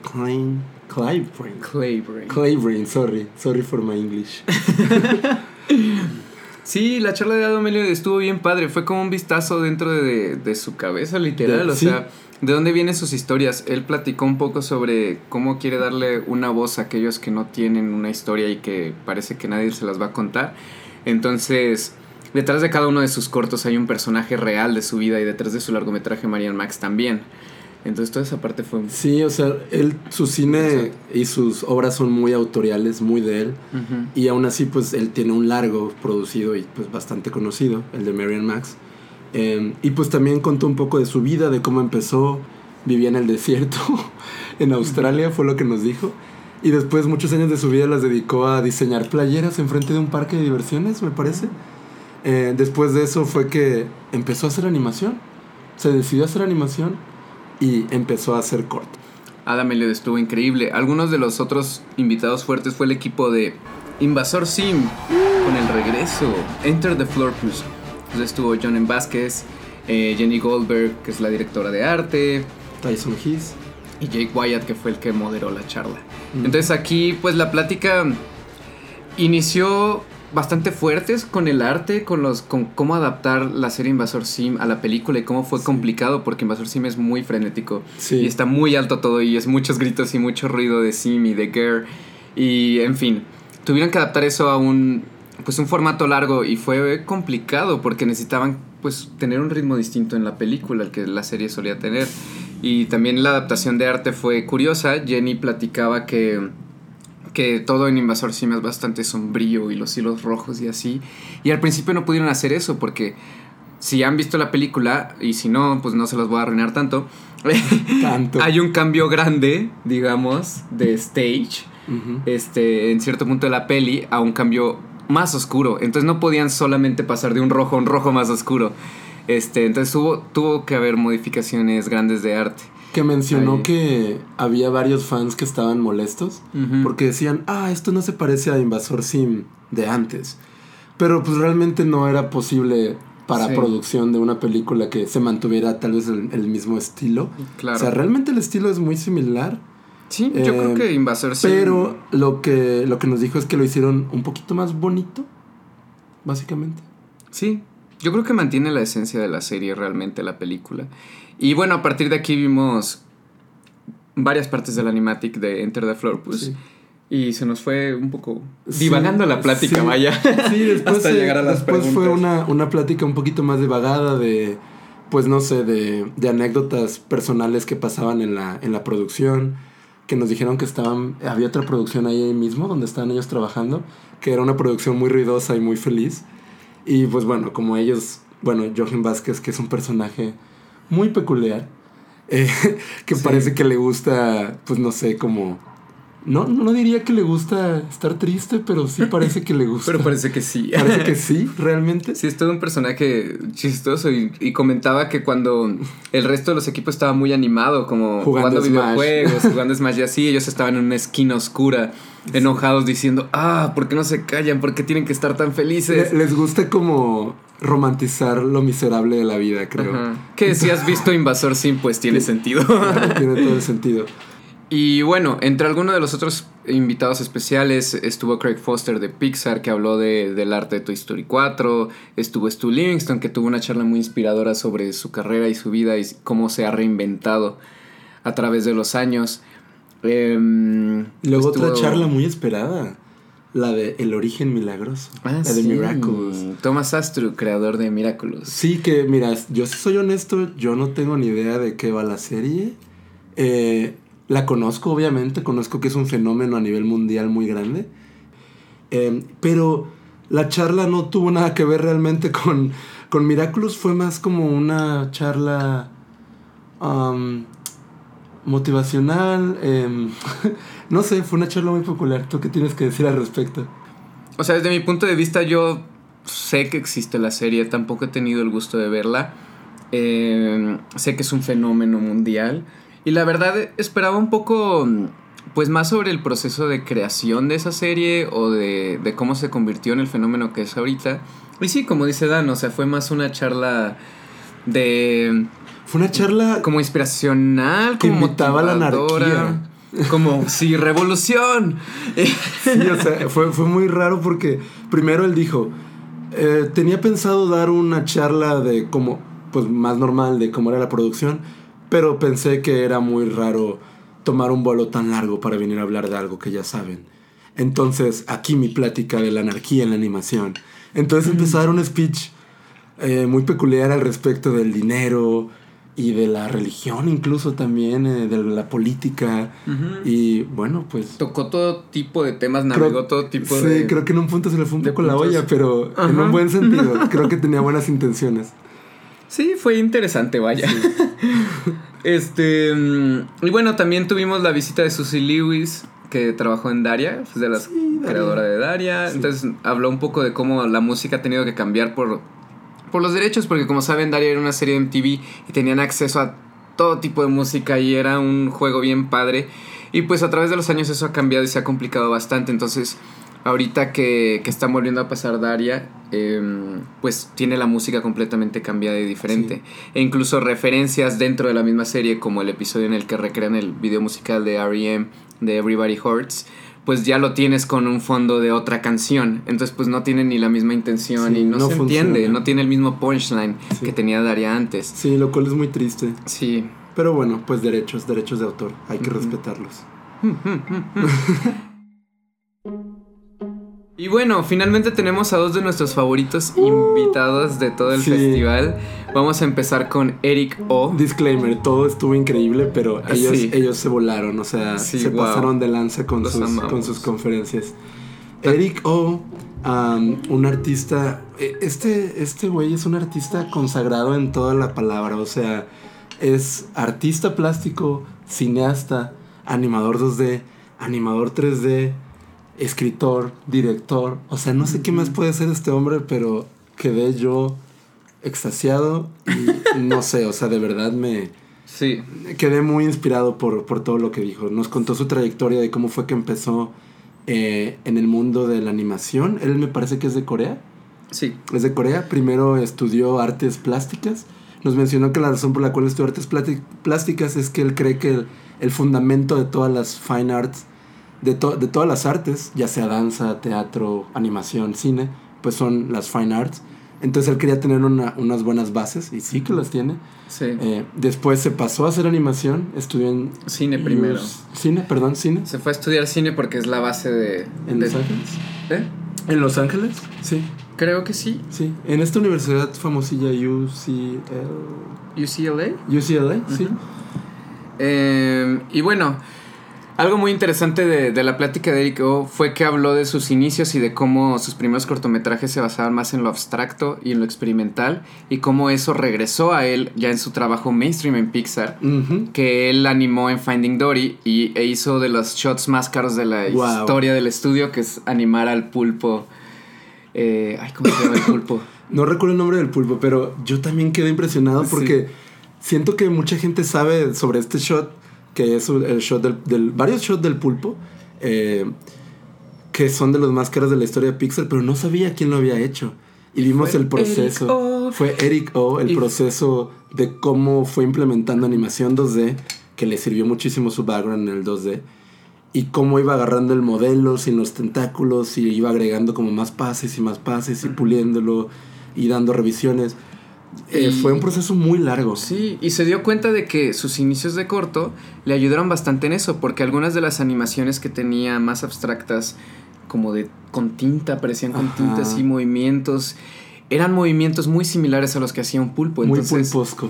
Speaker 1: Claybrain. Sorry for my English.
Speaker 2: Sí, la charla de Adam Elliott estuvo bien padre. Fue como un vistazo dentro de su cabeza, literal. O sea, de dónde vienen sus historias. Él platicó un poco sobre cómo quiere darle una voz a aquellos que no tienen una historia y que parece que nadie se las va a contar. Entonces, detrás de cada uno de sus cortos hay un personaje real de su vida y detrás de su largometraje Marian Max también. Entonces toda esa parte fue...
Speaker 1: Sí, o sea, su cine y sus obras son muy autoriales, muy de él. Uh-huh. Y aún así, pues, él tiene un largo producido y pues bastante conocido, el de Marian Max. Y pues también contó un poco de su vida, de cómo empezó, vivía en el desierto, en Australia, fue lo que nos dijo. Y después muchos años de su vida las dedicó a diseñar playeras enfrente de un parque de diversiones, me parece. Después de eso fue que empezó a hacer animación. Se decidió a hacer animación y empezó a hacer corto.
Speaker 2: Adam Elliott estuvo increíble. Algunos de los otros invitados fuertes fue el equipo de Invasor Sim con el regreso Enter the Florpus. Entonces estuvo John M. Vázquez, Jenny Goldberg, que es la directora de arte,
Speaker 1: Tyson Hess
Speaker 2: y Jake Wyatt, que fue el que moderó la charla. Entonces aquí pues la plática inició bastante fuertes con el arte, con cómo adaptar la serie Invasor Sim a la película y cómo fue complicado porque Invasor Sim es muy frenético y está muy alto todo y es muchos gritos y mucho ruido de Sim y de Ger y en fin, tuvieron que adaptar eso a un formato largo y fue complicado porque necesitaban pues tener un ritmo distinto en la película al que la serie solía tener y también la adaptación de arte fue curiosa. Jenny platicaba que todo en Invasor Sim es bastante sombrío y los hilos rojos y así. Y al principio no pudieron hacer eso porque si han visto la película, y si no, pues no se los voy a arruinar tanto. Hay un cambio grande, digamos, de stage, en cierto punto de la peli, a un cambio más oscuro. Entonces no podían solamente pasar de un rojo a un rojo más oscuro. Entonces tuvo que haber modificaciones grandes de arte.
Speaker 1: Que mencionó que había varios fans que estaban molestos porque decían, esto no se parece a Invasor Sim de antes. Pero pues realmente no era posible para producción de una película que se mantuviera tal vez el mismo estilo. Claro. O sea, realmente el estilo es muy similar.
Speaker 2: Sí, yo creo que Invasor Sim...
Speaker 1: Pero lo que nos dijo es que lo hicieron un poquito más bonito, básicamente.
Speaker 2: Sí, yo creo que mantiene la esencia de la serie realmente, la película. Y bueno, a partir de aquí vimos varias partes del animatic de Enter the Florpus. Sí. Y se nos fue un poco divagando la plática, vaya.
Speaker 1: Sí, después, hasta llegar a las preguntas. Fue una plática un poquito más divagada de, pues no sé, de anécdotas personales que pasaban en la producción. Que nos dijeron que había otra producción ahí mismo donde estaban ellos trabajando, que era una producción muy ruidosa y muy feliz. Y pues bueno, como ellos, Jochen Vázquez, que es un personaje muy peculiar, que parece que le gusta, pues no sé, como No diría que le gusta estar triste, pero sí parece que le gusta.
Speaker 2: Pero parece que sí.
Speaker 1: Parece que sí, realmente.
Speaker 2: Sí, es todo un personaje chistoso y comentaba que cuando el resto de los equipos estaba muy animado, como jugando videojuegos, jugando Smash y así, ellos estaban en una esquina oscura, enojados diciendo, ¿por qué no se callan? ¿Por qué tienen que estar tan felices?
Speaker 1: Les gusta como romantizar lo miserable de la vida, creo.
Speaker 2: Ajá. Que si has visto Invasor Sim, pues tiene sentido.
Speaker 1: Claro, tiene todo el sentido.
Speaker 2: Y bueno, entre algunos de los otros invitados especiales estuvo Craig Foster de Pixar, que habló del arte de Toy Story 4. Estuvo Stu Livingston, que tuvo una charla muy inspiradora sobre su carrera y su vida y cómo se ha reinventado a través de los años.
Speaker 1: Luego otra charla muy esperada, la de El Origen Milagroso, la de Miraculous.
Speaker 2: Thomas Astruc, creador de Miraculous.
Speaker 1: Sí, que mira, yo si soy honesto, yo no tengo ni idea de qué va la serie. La conozco, obviamente, conozco que es un fenómeno a nivel mundial muy grande. Pero la charla no tuvo nada que ver realmente con Miraculous. Fue más como una charla motivacional. No sé, fue una charla muy popular. ¿Tú qué tienes que decir al respecto?
Speaker 2: O sea, desde mi punto de vista, yo sé que existe la serie. Tampoco he tenido el gusto de verla. Sé que es un fenómeno mundial. Y la verdad esperaba un poco, pues más sobre el proceso de creación de esa serie o de cómo se convirtió en el fenómeno que es ahorita. Y sí, como dice Dan, o sea, fue más una charla de...
Speaker 1: Fue una charla...
Speaker 2: Como inspiracional,
Speaker 1: que
Speaker 2: como
Speaker 1: invitaba a la anarquía.
Speaker 2: Como, sí, revolución.
Speaker 1: Sí, o sea, fue muy raro porque primero él dijo, tenía pensado dar una charla de como, pues más normal de cómo era la producción, pero pensé que era muy raro tomar un vuelo tan largo para venir a hablar de algo que ya saben. Entonces, aquí mi plática de la anarquía en la animación. Entonces empezó a dar un speech muy peculiar al respecto del dinero y de la religión incluso también, de la política. Y bueno, pues...
Speaker 2: Tocó todo tipo de temas, navegó todo tipo de...
Speaker 1: Sí, creo que en un punto se le fue un poco la olla, pero en un buen sentido. Creo que tenía buenas intenciones.
Speaker 2: Sí, fue interesante, vaya. Sí. Y bueno, también tuvimos la visita de Susie Lewis, que trabajó en Daria, de la creadora de Daria. Sí. Entonces habló un poco de cómo la música ha tenido que cambiar por los derechos, porque como saben, Daria era una serie de MTV y tenían acceso a todo tipo de música y era un juego bien padre. Y pues a través de los años eso ha cambiado y se ha complicado bastante. Entonces ahorita que están volviendo a pasar Daria, pues tiene la música completamente cambiada y diferente. Sí. E incluso referencias dentro de la misma serie, como el episodio en el que recrean el video musical de R.E.M. de Everybody Hurts, pues ya lo tienes con un fondo de otra canción. Entonces pues no tiene ni la misma intención, sí, y no se entiende, no tiene el mismo punchline que tenía Daria antes.
Speaker 1: Sí, lo cual es muy triste.
Speaker 2: Sí.
Speaker 1: Pero bueno, pues derechos de autor, hay que respetarlos.
Speaker 2: Y bueno, finalmente tenemos a dos de nuestros favoritos invitados de todo el festival. Vamos a empezar con Eric O.
Speaker 1: Disclaimer, todo estuvo increíble, pero ellos se volaron, o sea, se pasaron de lanza con sus conferencias. Eric O, un artista, este güey es un artista consagrado en toda la palabra, o sea, es artista plástico, cineasta, animador 2D, animador 3D, escritor, director, o sea, no sé qué más puede ser este hombre, pero quedé yo extasiado y no sé, o sea, de verdad quedé muy inspirado por todo lo que dijo. Nos contó su trayectoria de cómo fue que empezó en el mundo de la animación. Él me parece que es de Corea.
Speaker 2: Sí. Es
Speaker 1: de Corea. Primero estudió artes plásticas. Nos mencionó que la razón por la cual estudió artes plásticas es que él cree que el fundamento de todas las fine arts, de todas las artes, ya sea danza, teatro, animación, cine, pues son las fine arts. Entonces él quería tener unas buenas bases, y sí que las tiene.
Speaker 2: Sí.
Speaker 1: Después se pasó a hacer animación, estudió en...
Speaker 2: Cine primero.
Speaker 1: Cine.
Speaker 2: Se fue a estudiar cine porque es la base de...
Speaker 1: ¿En Los Ángeles? ¿En Los Ángeles? Sí.
Speaker 2: Creo que sí.
Speaker 1: Sí. En esta universidad famosilla
Speaker 2: UCLA,
Speaker 1: sí.
Speaker 2: y bueno... Algo muy interesante de la plática de Eric O fue que habló de sus inicios y de cómo sus primeros cortometrajes se basaban más en lo abstracto y en lo experimental, y cómo eso regresó a él ya en su trabajo mainstream en Pixar, que él animó en Finding Dory e hizo de los shots más caros de la historia del estudio, que es animar al pulpo. ¿Cómo se llama el pulpo?
Speaker 1: No recuerdo el nombre del pulpo, pero yo también quedé impresionado porque siento que mucha gente sabe sobre este shot, que es el shot varios shots del pulpo, que son de los más caros de la historia de Pixar, pero no sabía quién lo había hecho. Y vimos el proceso. Fue Eric O, el proceso de cómo fue implementando animación 2D, que le sirvió muchísimo su background en el 2D, y cómo iba agarrando el modelo sin los tentáculos y iba agregando como más pases y puliéndolo y dando revisiones. Fue un proceso muy largo.
Speaker 2: Sí, y se dio cuenta de que sus inicios de corto le ayudaron bastante en eso, porque algunas de las animaciones que tenía más abstractas, como con tinta, parecían con tinta, así, movimientos, eran movimientos muy similares a los que hacía un pulpo.
Speaker 1: Muy pulpescos.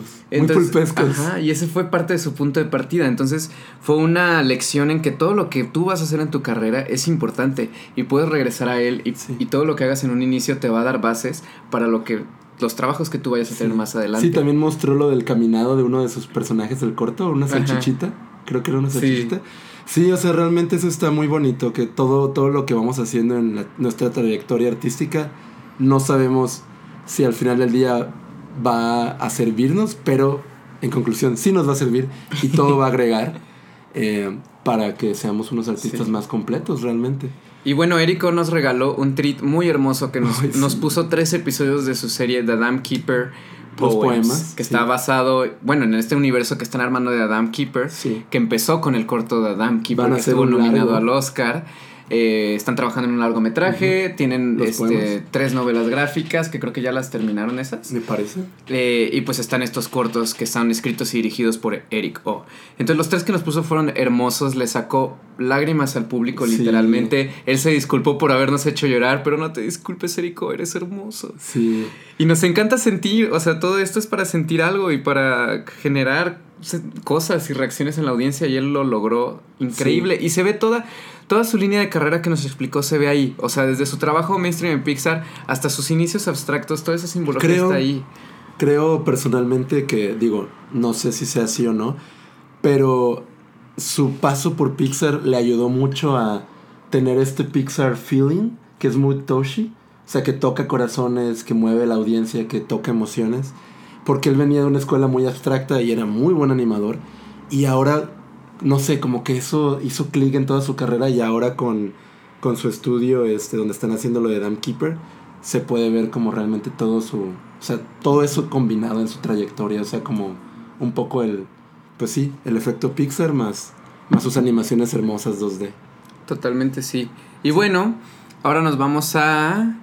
Speaker 2: Ajá, y ese fue parte de su punto de partida. Entonces fue una lección en que todo lo que tú vas a hacer en tu carrera es importante y puedes regresar a él y todo lo que hagas en un inicio te va a dar bases para los trabajos que tú vayas a tener más adelante.
Speaker 1: Sí, también mostró lo del caminado de uno de sus personajes del corto, una salchichita. Creo que era una salchichita. Sí, o sea, realmente eso está muy bonito, que todo lo que vamos haciendo en nuestra trayectoria artística, no sabemos si al final del día va a servirnos, pero en conclusión sí nos va a servir y todo va a agregar para que seamos unos artistas más completos realmente.
Speaker 2: Y bueno, Eric O nos regaló un treat muy hermoso que nos puso 3 episodios de su serie The Dam Keeper Poems, que está basado, en este universo que están armando de The Dam Keeper, que empezó con el corto The Dam Keeper, que estuvo nominado al Oscar. Están trabajando en un largometraje, tienen 3 novelas gráficas, que creo que ya las terminaron esas.
Speaker 1: Me parece.
Speaker 2: Y pues están estos cortos que están escritos y dirigidos por Eric O. Entonces los 3 que nos puso fueron hermosos, le sacó lágrimas al público literalmente. Él se disculpó por habernos hecho llorar, pero no te disculpes, Eric O, eres hermoso.
Speaker 1: Sí.
Speaker 2: Y nos encanta sentir, o sea, todo esto es para sentir algo y para generar cosas y reacciones en la audiencia, y él lo logró increíble. Y se ve toda su línea de carrera que nos explicó, se ve ahí. O sea, desde su trabajo mainstream en Pixar hasta sus inicios abstractos, toda esa simbología está ahí.
Speaker 1: Creo personalmente que, no sé si sea así o no, pero su paso por Pixar le ayudó mucho a tener este Pixar feeling, que es muy Toshi. O sea, que toca corazones, que mueve la audiencia, que toca emociones. Porque él venía de una escuela muy abstracta y era muy buen animador. Y ahora, no sé, como que eso hizo clic en toda su carrera. Y ahora con su estudio, donde están haciendo lo de Dam Keeper, se puede ver como realmente todo todo eso combinado en su trayectoria. O sea, como un poco el efecto Pixar más sus animaciones hermosas 2D.
Speaker 2: Totalmente, sí. Y bueno, ahora nos vamos a...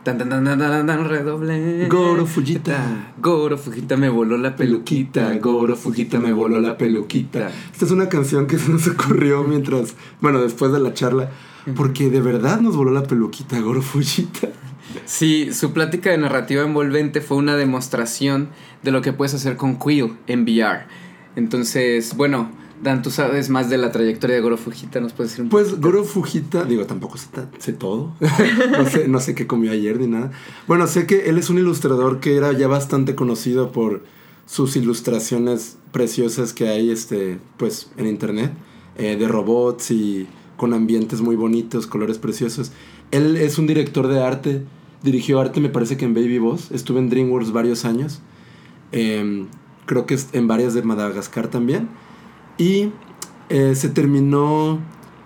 Speaker 2: redoble.
Speaker 1: Goro Fujita.
Speaker 2: Goro Fujita me voló la peluquita. Goro Fujita me voló la peluquita.
Speaker 1: Esta es una canción que se nos ocurrió después de la charla. Porque de verdad nos voló la peluquita Goro Fujita.
Speaker 2: Sí, su plática de narrativa envolvente fue una demostración de lo que puedes hacer con Quill en VR. Entonces, Dan, tú sabes más de la trayectoria de Goro Fujita, ¿nos puedes decir un poco?
Speaker 1: Pues Goro Fujita, tampoco sé todo. no sé qué comió ayer ni nada. Bueno, sé que él es un ilustrador que era ya bastante conocido por sus ilustraciones preciosas que hay en internet, de robots y con ambientes muy bonitos, colores preciosos. Él es un director de arte, dirigió arte me parece que en Baby Boss, estuve en DreamWorks varios años, creo que en varias de Madagascar también. Y se terminó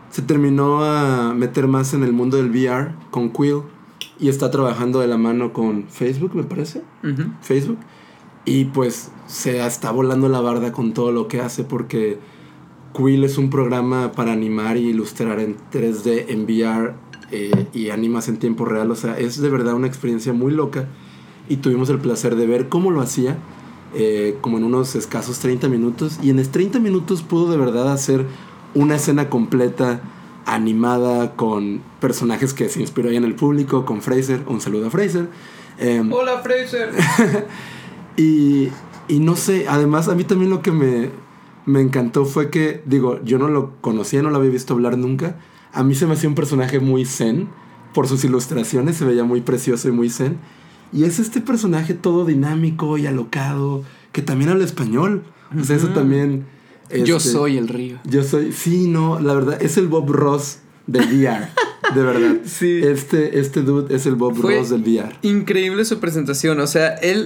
Speaker 1: a meter más en el mundo del VR con Quill. Y está trabajando de la mano con Facebook, me parece. Facebook. Y pues se está volando la barda con todo lo que hace, porque Quill es un programa para animar y ilustrar en 3D, en VR, y animas en tiempo real. O sea, es de verdad una experiencia muy loca. Y tuvimos el placer de ver cómo lo hacía. Como en unos escasos 30 minutos. Y en 30 minutos pudo de verdad hacer una escena completa, animada, con personajes que se inspiró ahí en el público, con Fraser. Un saludo a Fraser.
Speaker 2: ¡Hola, Fraser!
Speaker 1: y no sé, además a mí también lo que me encantó fue que, digo, yo no lo conocía, no lo había visto hablar nunca. A mí se me hacía un personaje muy zen. Por sus ilustraciones se veía muy precioso y muy zen. Y es este personaje todo dinámico y alocado, que también habla español. O sea, eso también...
Speaker 2: Yo soy el río.
Speaker 1: Sí, no, la verdad, es el Bob Ross del VR. De verdad.
Speaker 2: Sí.
Speaker 1: Este dude es el Bob Ross del VR.
Speaker 2: Increíble su presentación. O sea, él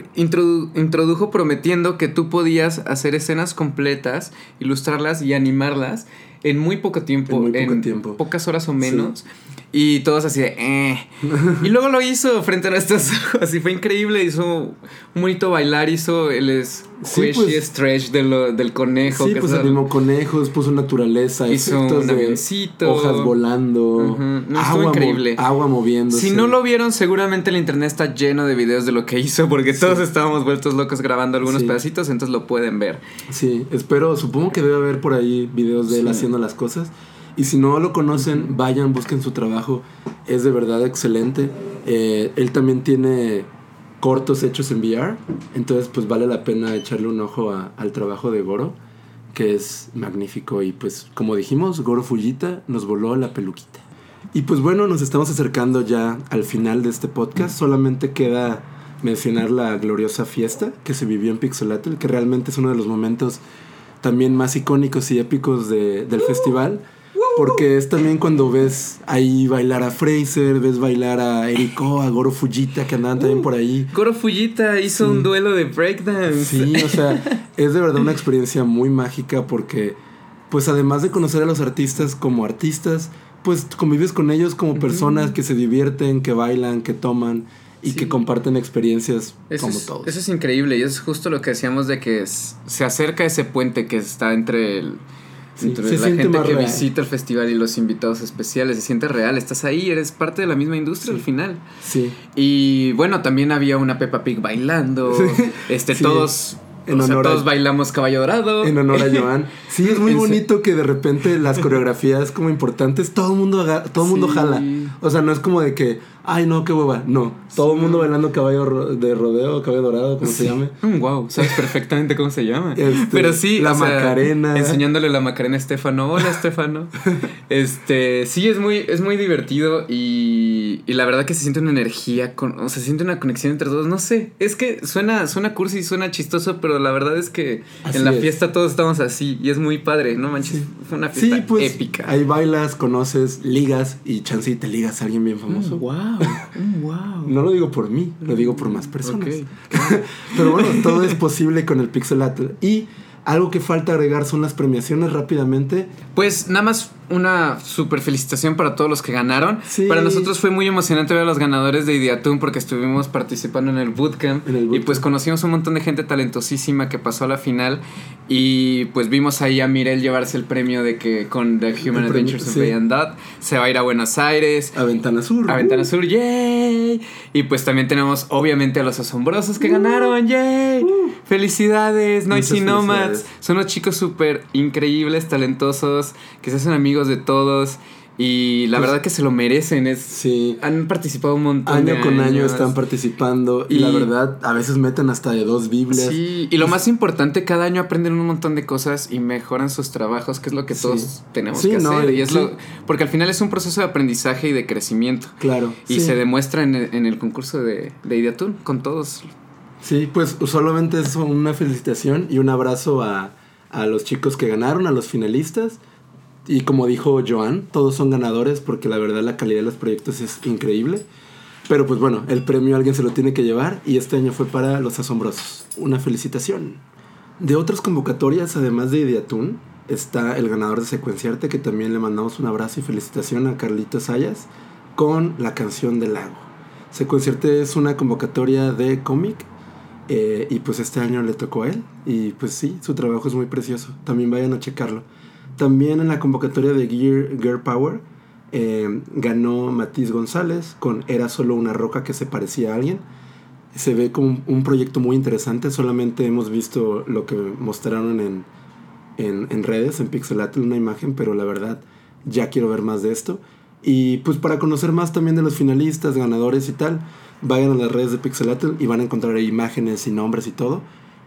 Speaker 2: introdujo prometiendo que tú podías hacer escenas completas, ilustrarlas y animarlas en muy poco tiempo. Pocas horas o menos. Sí. Y todos así de Y luego lo hizo frente a nuestros ojos. Y fue increíble. Hizo un bonito bailar. Hizo el stretch del conejo.
Speaker 1: Sí, pues animó conejos. Puso naturaleza.
Speaker 2: Hizo un avioncito.
Speaker 1: Hojas volando.
Speaker 2: No, estuvo increíble.
Speaker 1: Agua moviéndose.
Speaker 2: Si no lo vieron, seguramente el internet está lleno de videos de lo que hizo. Porque todos estábamos vueltos locos grabando algunos pedacitos. Entonces lo pueden ver.
Speaker 1: Sí, supongo que debe haber por ahí videos de él haciendo las cosas. Y si no lo conocen, vayan, busquen su trabajo. Es de verdad excelente. Él también tiene cortos hechos en VR. Entonces, pues vale la pena echarle un ojo al trabajo de Goro, que es magnífico. Y pues, como dijimos, Goro Fujita nos voló la peluquita. Y pues bueno, nos estamos acercando ya al final de este podcast. Solamente queda mencionar la gloriosa fiesta que se vivió en Pixelatl, que realmente es uno de los momentos también más icónicos y épicos del festival. Porque es también cuando ves ahí bailar a Fraser, ves bailar a Eriko, a Goro Fujita, que andaban también por ahí.
Speaker 2: Goro Fujita hizo un duelo de breakdance.
Speaker 1: Sí, o sea, es de verdad una experiencia muy mágica porque, pues además de conocer a los artistas como artistas, pues convives con ellos como personas que se divierten, que bailan, que toman y que comparten experiencias como todos.
Speaker 2: Eso es increíble y es justo lo que decíamos de que se acerca ese puente que está entre la gente que real. Visita el festival y los invitados especiales. Se siente real, estás ahí, eres parte de la misma industria al final.
Speaker 1: Sí.
Speaker 2: Y bueno, también había una Peppa Pig bailando. Todos todos bailamos Caballo Dorado.
Speaker 1: En honor a Joan. Sí, es muy bonito que de repente las coreografías como importantes, todo el mundo jala. O sea, no es como de que, ay no, qué hueva. No, todo el mundo bailando caballo de rodeo, Caballo Dorado, como se llame.
Speaker 2: Wow, sabes perfectamente cómo se llama. Pero sí,
Speaker 1: la Macarena.
Speaker 2: Enseñándole la Macarena a Estefano. Hola, Estefano. Sí, es muy divertido y la verdad que se siente una energía, se siente una conexión entre todos. No sé, es que suena cursi, suena chistoso, pero la verdad es que así en la fiesta todos estamos así y es muy padre, no manches. Fue una fiesta épica.
Speaker 1: Ahí bailas, conoces, ligas y chance y te ligas a alguien bien famoso.
Speaker 2: Wow.
Speaker 1: No lo digo por mí, lo digo por más personas. Okay. Pero bueno, todo es posible con el Pixelatl. Y algo que falta agregar son las premiaciones rápidamente.
Speaker 2: Pues nada más una super felicitación para todos los que ganaron. Sí. Para nosotros fue muy emocionante ver a los ganadores de Ideatoon porque estuvimos participando en el bootcamp. Y pues conocimos un montón de gente talentosísima que pasó a la final. Y pues vimos ahí a Mirel llevarse el premio de que con The Human Adventures of Bay and Dot se va a ir a Buenos Aires.
Speaker 1: A Ventana Sur.
Speaker 2: A Ventana Sur, ¡yay! Y pues también tenemos obviamente a los asombrosos que ganaron, ¡yay! ¡Felicidades! Noisy Nomads. Son unos chicos súper increíbles, talentosos, que se hacen amigos de todos. Y la verdad que se lo merecen. Han participado un montón
Speaker 1: año de con año están participando. Y la verdad, a veces meten hasta de 2 Biblias.
Speaker 2: Sí, y lo más importante, cada año aprenden un montón de cosas y mejoran sus trabajos, que es lo que todos tenemos que hacer. Y es porque al final es un proceso de aprendizaje y de crecimiento.
Speaker 1: Claro.
Speaker 2: Y se demuestra en el concurso de Ideatoon con todos.
Speaker 1: Sí, pues solamente es una felicitación y un abrazo a los chicos que ganaron, a los finalistas. Y como dijo Joan, todos son ganadores porque la verdad la calidad de los proyectos es increíble. Pero pues bueno, el premio alguien se lo tiene que llevar y este año fue para los asombrosos. Una felicitación. De otras convocatorias, además de Ideatoon, está el ganador de Secuenciarte, que también le mandamos un abrazo y felicitación a Carlitos Sayas con la canción del lago. Secuenciarte es una convocatoria de cómic y pues este año le tocó a él y pues sí, su trabajo es muy precioso. También vayan a checarlo. También en la convocatoria de Girl Power ganó Matiz González con Era solo una roca que se parecía a alguien. Se ve como un proyecto muy interesante. Solamente hemos visto lo que mostraron en redes, en Pixelatl, una imagen, pero la verdad ya quiero ver más de esto. Y pues para conocer más también de los finalistas, ganadores y tal, vayan a las redes de Pixelatl y van a encontrar ahí imágenes y nombres y todo.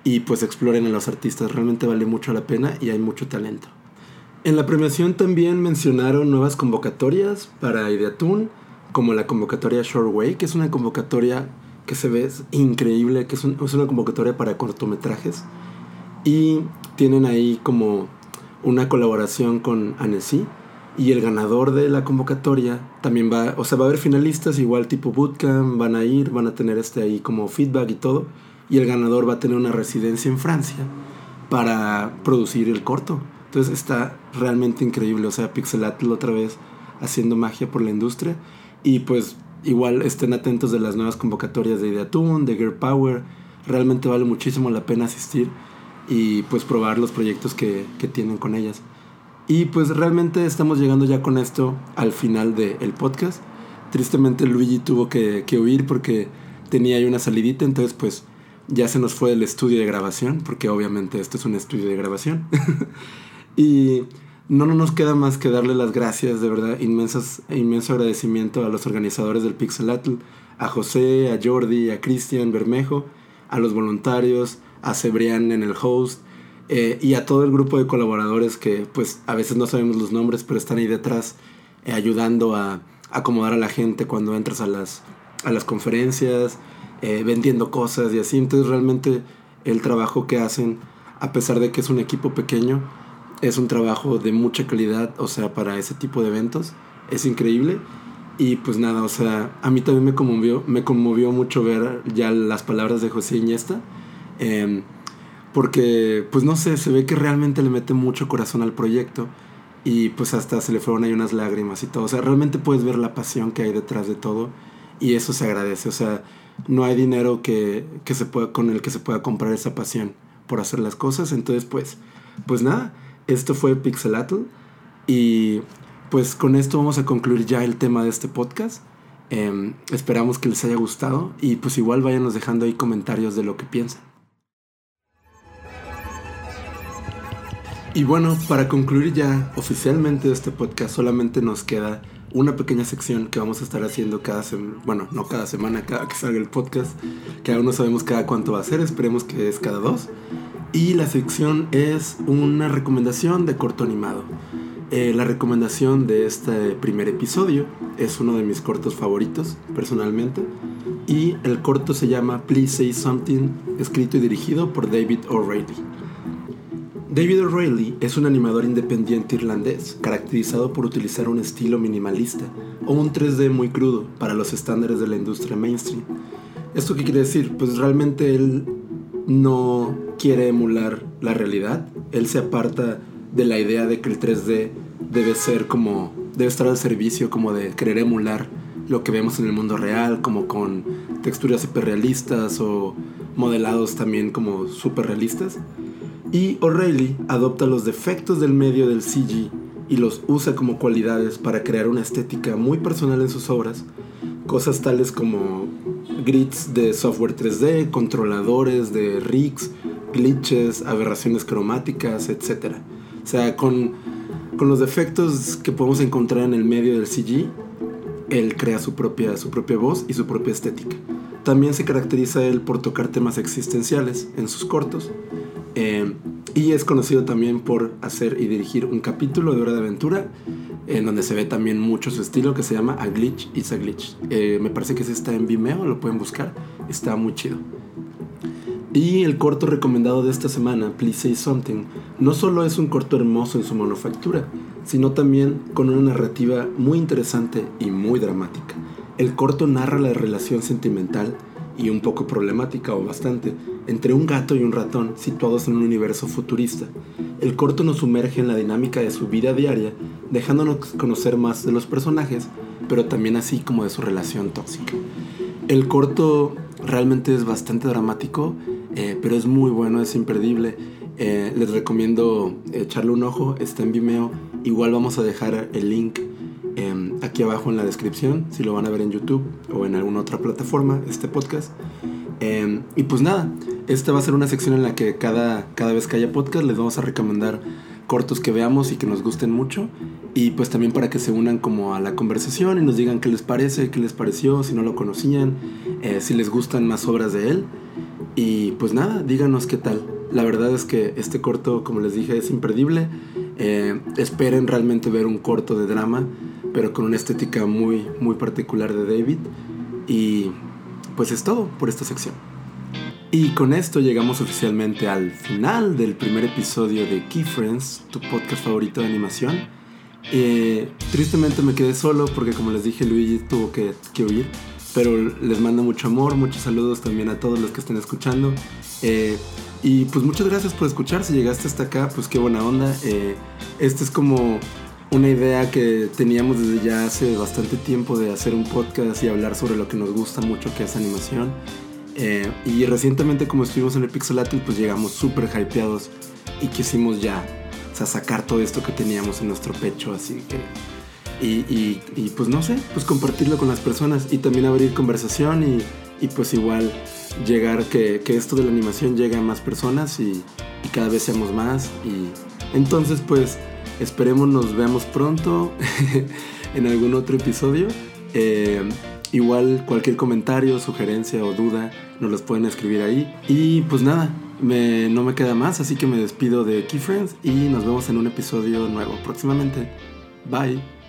Speaker 1: y pues exploren a los artistas. Realmente vale mucho la pena y hay mucho talento. En la premiación también mencionaron nuevas convocatorias para Ideatoon, como la convocatoria Shortwave, que es una convocatoria que se ve increíble, que es una convocatoria para cortometrajes. Y tienen ahí como una colaboración con Annecy. Y el ganador de la convocatoria también va a haber finalistas igual tipo bootcamp, van a tener ahí como feedback y todo. Y el ganador va a tener una residencia en Francia para producir el corto. Entonces está realmente increíble, Pixelatl otra vez haciendo magia por la industria. Y pues igual estén atentos de las nuevas convocatorias de Ideatoon, de Girl Power. Realmente vale muchísimo la pena asistir y pues probar los proyectos que tienen con ellas. Y pues realmente estamos llegando ya con esto al final del podcast. Tristemente Luigi tuvo que huir porque tenía ahí una salidita, entonces pues ya se nos fue el estudio de grabación, porque obviamente esto es un estudio de grabación. Y no nos queda más que darle las gracias, de verdad, inmenso agradecimiento a los organizadores del Pixelatl, a José, a Jordi, a Cristian Bermejo, a los voluntarios, a Cebrián en el host, y a todo el grupo de colaboradores que pues a veces no sabemos los nombres, pero están ahí detrás ayudando a acomodar a la gente cuando entras a las conferencias, vendiendo cosas y así. Entonces realmente el trabajo que hacen, a pesar de que es un equipo pequeño, es un trabajo de mucha calidad, para ese tipo de eventos. Es increíble. Y pues nada, a mí también me conmovió mucho ver ya las palabras de José Iniesta. Porque, pues no sé, se ve que realmente le mete mucho corazón al proyecto. Y pues hasta se le fueron ahí unas lágrimas y todo. Realmente puedes ver la pasión que hay detrás de todo. Y eso se agradece. No hay dinero con el que se pueda comprar esa pasión por hacer las cosas. Entonces, pues nada. Esto fue Pixelatl y pues con esto vamos a concluir ya el tema de este podcast. Esperamos que les haya gustado y pues igual váyanos dejando ahí comentarios de lo que piensan. Y bueno, para concluir ya oficialmente este podcast solamente nos queda una pequeña sección que vamos a estar haciendo no cada semana, cada que salga el podcast, que aún no sabemos cada cuánto va a ser, esperemos que es cada 2. Y la sección es una recomendación de corto animado. La recomendación de este primer episodio es uno de mis cortos favoritos, personalmente. Y el corto se llama Please Say Something, escrito y dirigido por David O'Reilly. David O'Reilly es un animador independiente irlandés, caracterizado por utilizar un estilo minimalista o un 3D muy crudo para los estándares de la industria mainstream. ¿Esto qué quiere decir? Pues realmente él no quiere emular la realidad. Él se aparta de la idea de que el 3D debe estar al servicio como de querer emular lo que vemos en el mundo real, como con texturas hiperrealistas o modelados también como superrealistas. Y O'Reilly adopta los defectos del medio del CG y los usa como cualidades para crear una estética muy personal en sus obras. Cosas tales como grids de software 3D, controladores de rigs, glitches, aberraciones cromáticas, etc. Con los defectos que podemos encontrar en el medio del CG, él crea su propia voz y su propia estética. También se caracteriza él por tocar temas existenciales en sus cortos. Y es conocido también por hacer y dirigir un capítulo de Hora de Aventura, en donde se ve también mucho su estilo, que se llama A Glitch is a Glitch. Me parece que ese está en Vimeo, lo pueden buscar, está muy chido. Y el corto recomendado de esta semana, Please Say Something, no solo es un corto hermoso en su manufactura, sino también con una narrativa muy interesante y muy dramática. El corto narra la relación sentimental y un poco problemática, o bastante, entre un gato y un ratón situados en un universo futurista. El corto nos sumerge en la dinámica de su vida diaria, dejándonos conocer más de los personajes, pero también así como de su relación tóxica. El corto realmente es bastante dramático, pero es muy bueno, es imperdible. Les recomiendo echarle un ojo, está en Vimeo. Igual vamos a dejar el link aquí abajo en la descripción, si lo van a ver en YouTube o en alguna otra plataforma, este podcast. Y pues nada, esta va a ser una sección en la que cada vez que haya podcast les vamos a recomendar cortos que veamos y que nos gusten mucho, y pues también para que se unan como a la conversación y nos digan qué les parece, qué les pareció, si no lo conocían, si les gustan más obras de él. Y pues nada, díganos qué tal. La verdad es que este corto, como les dije, es imperdible. Esperen realmente ver un corto de drama, pero con una estética muy, muy particular de David. Y pues es todo por esta sección. Y con esto llegamos oficialmente al final del primer episodio de Keyfriends, tu podcast favorito de animación. Tristemente me quedé solo porque, como les dije, Luigi tuvo que huir. Pero les mando mucho amor, muchos saludos también a todos los que estén escuchando. Y pues muchas gracias por escuchar. Si llegaste hasta acá, pues qué buena onda. Esta es como una idea que teníamos desde ya hace bastante tiempo de hacer un podcast y hablar sobre lo que nos gusta mucho, que es animación. Y recientemente, como estuvimos en el Pixelatl, pues llegamos súper hypeados y quisimos ya, o sea, sacar todo esto que teníamos en nuestro pecho, así que... Y pues no sé, pues compartirlo con las personas y también abrir conversación y pues igual llegar que esto de la animación llegue a más personas y cada vez seamos más. Y entonces pues esperemos nos veamos pronto en algún otro episodio. Igual cualquier comentario, sugerencia o duda nos los pueden escribir ahí. Y pues nada, no me queda más, así que me despido de Keyfriends y nos vemos en un episodio nuevo próximamente. Bye.